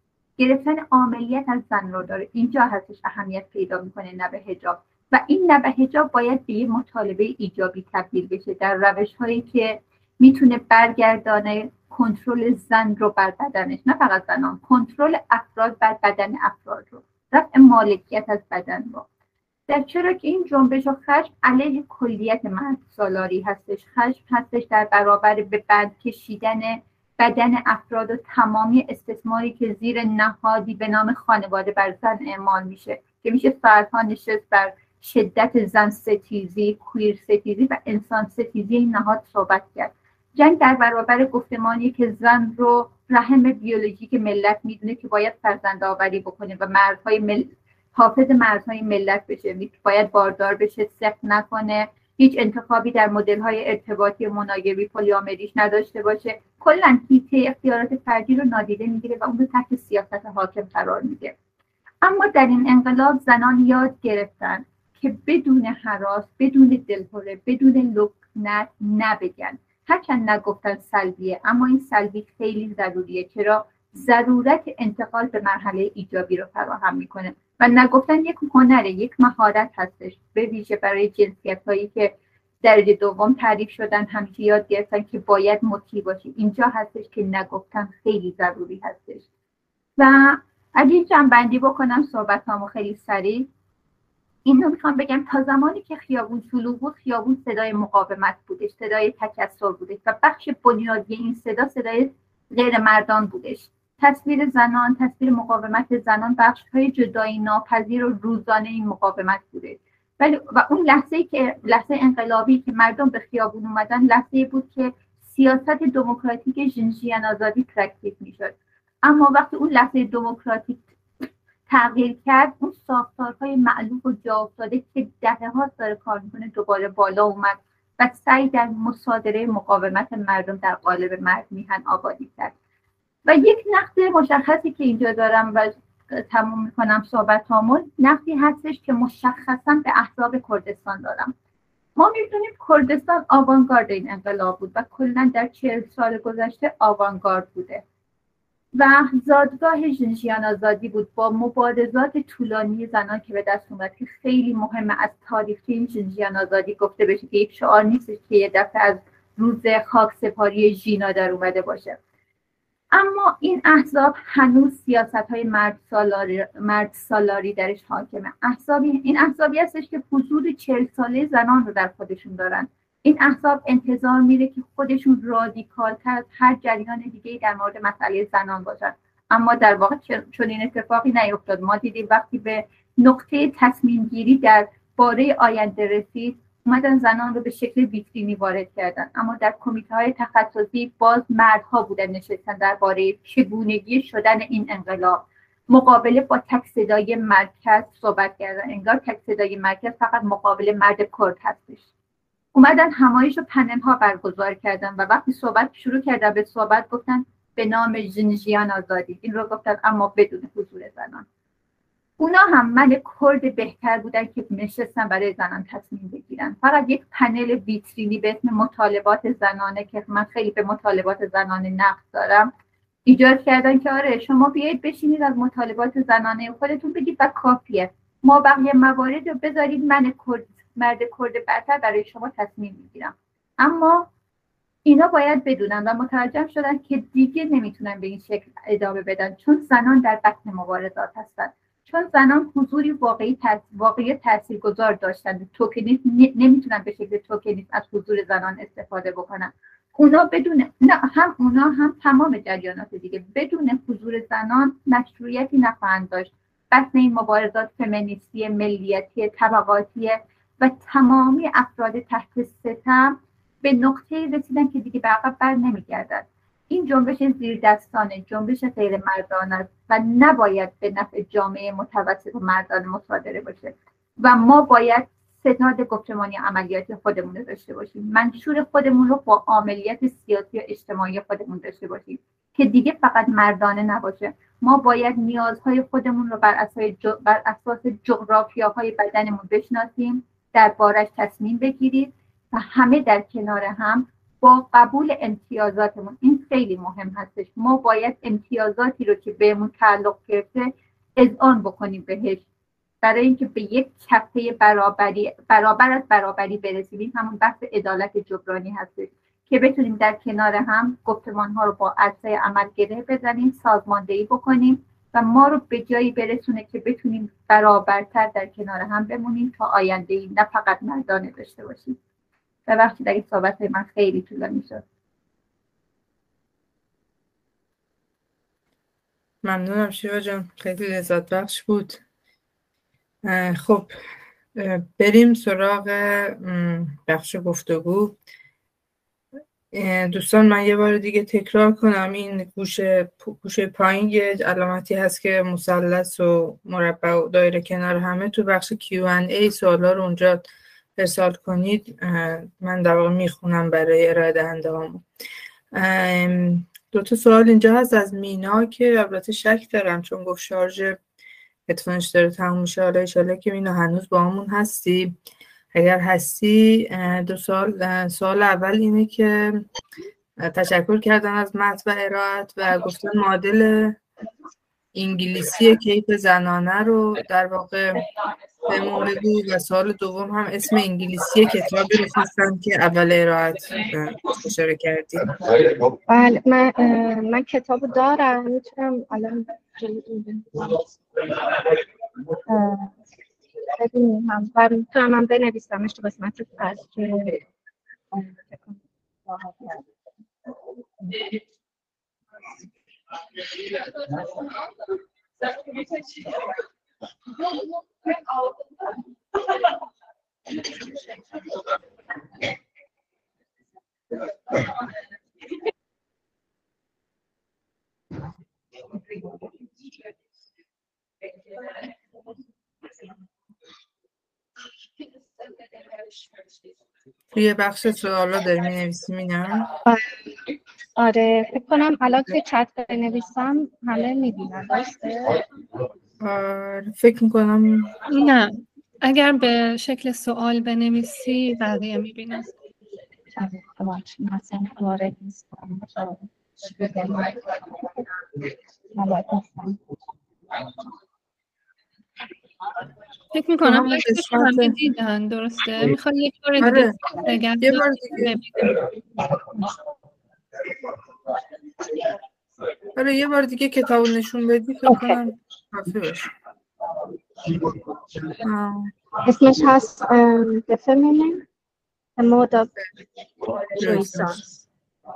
گرفتن عاملیت از زن رو داره. اینجا هستش اهمیت پیدا میکنه نه به حجاب و این نه به حجاب باید به یه مطالبه ایجابی تبدیل بشه در روش هایی که میتونه برگردانه کنترل زن رو بر بدنش، نه فقط زنان، کنترل افراد بر بدن افراد رو، رفع مالکیت از بدن رو. در چرا که این جنبش و خشم علیه کلیت مرد سالاری هستش، خشم هستش در برابر به بند کشیدن بدن افراد و تمامی استثماری که زیر نهادی به نام خانواده بر زن اعمال میشه که میشه ساعتها نشست بر شدت زن ستیزی، کویر ستیزی و انسان ستیزی این نهاد صحبت کرد. جنگ در برابر گفتمانی که زن رو رحم بیولوژیک ملت میدونه که باید فرزند آوری بکنه و مرزهای مل... حافظ مرزهای ملت بشه، باید باردار بشه، سخت نکنه، هیچ انتخابی در مدل‌های ارتباطی مناگوی پلیامریش نداشته باشه، کلاً حیطه اختیارات فردی رو نادیده میگیره و اون رو تحت سیاست حاکم قرار میده. اما در این انقلاب زنان یاد گرفتن که بدون هراس، بدون دلهره، بدون لکنت نبگن. هرچند نگفتن سلبیه، اما این سلبی خیلی ضروریه. چرا؟ ضرورت انتقال به مرحله ایجابی رو فراهم میکنه و نگفتن یک هنره، یک مهارت هستش، به ویژه برای جنسیت هایی که درجه دوم تعریف شدن همیشه یاد گرفتن که باید مطیع باشی. اینجا هستش که نگفتن خیلی ضروری هستش. و اگه جنبندی بکنم صحبتامو خیلی سریع، اینو میخوام بگم تا زمانی که خیابون شلوغ بود، خیابون صدای مقاومت بودش، صدای تکثر بودش و بخش بنیادی این صدا صدای غیر مردان بودش. تصویر زنان، تصویر مقاومت زنان بخش‌های جدایی ناپذیر و روزانه این مقاومت بوده. ولی و اون لحظه‌ای که لحظه انقلابی که مردم به خیابون اومدن، لحظه‌ای بود که سیاست دموکراتیک ژنژیان آزادی پرکتیس میشد. اما وقتی اون لحظه دموکراتیک تغییر کرد، اون ساختارهای معلوف و جا افتاده که دهه‌ها داره کار میکنه دوباره بالا اومد و سعی در مصادره مقاومت مردم در قالب مرد میهن آبادی کرد. و یک نقطه مشخصی که اینجا دارم و تموم میکنم صحبتامون، نقطی هستش که مشخصا به احزاب کردستان دارم. ما میدونیم کردستان آوانگارد این انقلاب بود و کلا در چهل سال گذشته آوانگارد بوده و زادگاه ژنژیان آزادی بود با مبارزات طولانی زنان که به دست اومد که خیلی مهمه از تاریخ این ژنژیان آزادی گفته بشه که یک شعار نیستش که یه دفعه از روز خاک سپاری ژینا در اومده باشه. اما این احزاب هنوز سیاست‌های مرد سالاری مرد سالاری درش حاکمه. احزابی این احزابی هستش که حضور چهل ساله زنان رو در خودشون دارن این احزاب انتظار میره که خودشون رادیکال‌تر از هر جریان دیگه‌ای در مورد مسئله زنان باشن، اما در واقع چون این اتفاقی نیفتاد. ما دیدیم وقتی به نقطه تصمیم گیری در باره آینده رسید، اومدن زنان رو به شکل ویترینی وارد کردن، اما در کمیته های تخصصی باز مردها بودن نشستن درباره چگونگی شدن این انقلاب. مقابله با تک صدای مرکز صحبت کردن، انگار تک صدای مرکز فقط مقابل مرد کرد هستش. اومدن همایش و پنل ها برگزار کردن و وقتی صحبت شروع کردن به صحبت گفتن به نام جنجیان آزادی، این رو گفتن اما بدون حضور زنان. اونا هم من کرد بهتر بودن که نشستن برای زنان تصمیم بگیرن. فقط یک پنل ویترینی به اسم مطالبات زنانه که من خیلی به مطالبات زنانه نقد دارم ایجاد کردن که آره شما بیایید بشینید از مطالبات زنانه خودتون بگید و کافیه، ما بقیه موارد رو بذارید من کرد مرد کرد برتر برای شما تصمیم میگیرم. اما اینا باید بدونن و متوجه شدن که دیگه نمیتونن به این شکل ادامه بدن، چون زنان در بطن مبارزات هستن، چون زنان حضوری واقعی تاثیر واقعی تاثیرگذار داشتن. توکنیسم نمیتونن به شکل توکنیسم از حضور زنان استفاده بکنن. اونا بدون نه هم اونا هم تمام جریانات دیگه بدون حضور زنان مشروعیتی نخواهند داشت. بطن این مبارزات فمینیستی، ملیتی، طبقاتی و تمامی افراد تحت ستم به نقطه رسیدن که دیگه به عقب بر نمیگردن. این جنبش زیر دستانه، جنبش غیر مردانه است و نباید به نفع جامعه متوسط و مردانه مصادره باشه و ما باید ستاد گفتمانی عملیاتی خودمون رو داشته باشیم، منشور خودمون رو با عملیات سیاسی و اجتماعی خودمون داشته باشیم که دیگه فقط مردانه نباشه. ما باید نیازهای خودمون رو بر اساس بر اساس جغرافیاهای بدنمون بشناسیم، دربارش تصمیم بگیرید و همه در کنار هم با قبول امتیازاتمون. این خیلی مهم هستش. ما باید امتیازاتی رو که بهمون تعلق گرفته اذعان بکنیم بهش برای اینکه به یک کفه برابری برابر از برابری برسیم. همون بحث عدالت جبرانی هستش که بتونیم در کنار هم گفتمان‌ها رو با عرصه عمل گره بزنیم، سازماندهی بکنیم و ما رو به جایی برسونه که بتونیم برابرتر در کنار هم بمونیم تا آینده‌ای نه فقط مردانه داشته باشیم. ببخشید اگه صحبت من خیلی طولانی شد. ممنونم شیوا جان، خیلی لذت بخش بود. خب بریم سراغ بخش گفتگو. دوستان من یه بار دیگه تکرار کنم، این گوشه گوشه پایین یه علامتی هست که مثلث و مربع و دایره کنار همه، تو بخش کیو ان ای سوالا رو اونجا ارسال کنید، من در واقع میخونم برای ارائه دهنده هامون. دو تا سوال اینجا هست از مینا که البته شک دارم چون گفت شارژ هدفونش داره تموم میشه. حالا ان شاءالله که مینا هنوز با همون هستی. اگر هستی دو سوال سوال اول اینه که تشکر کردن از متن و ارائه‌ات و گفتن معادل انگلیسی کیف زنانه رو در واقع بهمون بگو و سوال دوم هم اسم انگلیسی کتابی رو خواستم که اول ارائه‌ات اشاره کردی. بله من من کتابو دارم، میتونم الان ببینیم هم و میتونم هم بنویسمش تو قسمت پس که توی بخش سوالا داری می نویسی مینا؟ آره فکر کنم الان توی چت بنویسم همه میبینن. درسته؟ آره فکر میکنم نه، اگر به شکل سوال بنویسی بقیه میبینن. مثلا وارد نیستم. فکر میکنم عکسش رو همه دیدن. درسته؟ میخوای یک بار دیگه آره. بگم؟ یه بار دیگه آره یه بار دیگه کتابو نشون بدی فکر کنم کافی باشه. اسمش هست The Feminine the mode of درسته. jouissance.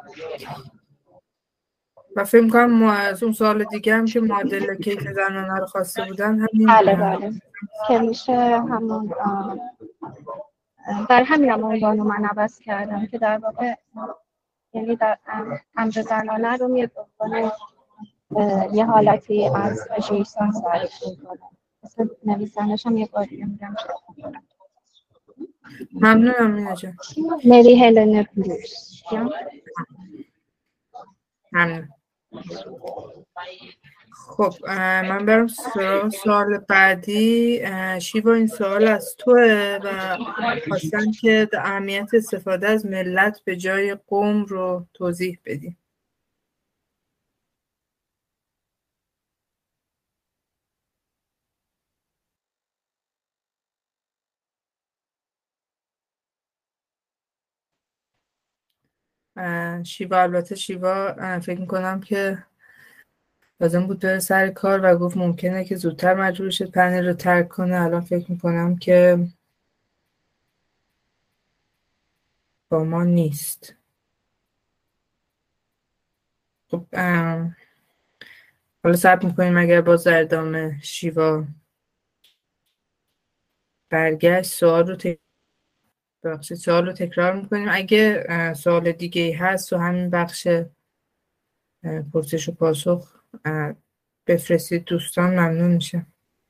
و فکر می‌کنم ما از اون سوال دیگه هم که معادل کیک زنانه رو خواسته بودن همین بله اه، بله که میشه همون آه، در همین هم عنوان رو من عوض کردم که در واقع یعنی در ام- امر زنانه رو میاد به عنوان اه، یه حالتی از ژویسانس تعریف میکنه. مثل نویسندش هم یه بار دیگه میگم ممنونم مینا جان. مری هلن بلوس. ممنون. خب اه، من برم سراغ سوال بعدی. اه، شیوا این سوال از توه و خواستم که اهمیت استفاده از ملت به جای قوم رو توضیح بدی. اه، شیوا البته شیوا اه، فکر میکنم که لازم بود بره سر کار و گفت ممکنه که زودتر مجبور شه پنل رو ترک کنه. الان فکر میکنم که با ما نیست. خب ام، حالا صبر میکنیم اگر باز در ادامه شیوا برگشت سوال رو تک... ببخشید سوال رو تکرار میکنیم. اگه اه، سوال دیگه ای هست و همین بخش اه، پرسش و پاسخ اه، بفرستید دوستان ممنون میشه.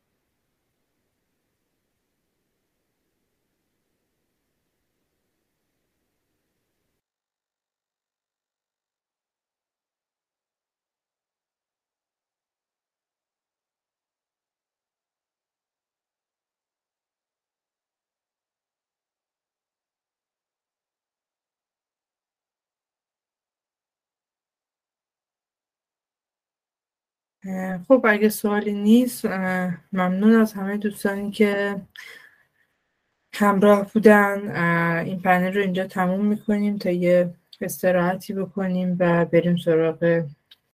اه، خب اگه سوالی نیست اه، ممنون از همه دوستانی که همراه بودن. اه، این پنل رو اینجا تموم میکنیم تا یه استراحتی بکنیم و بریم سراغ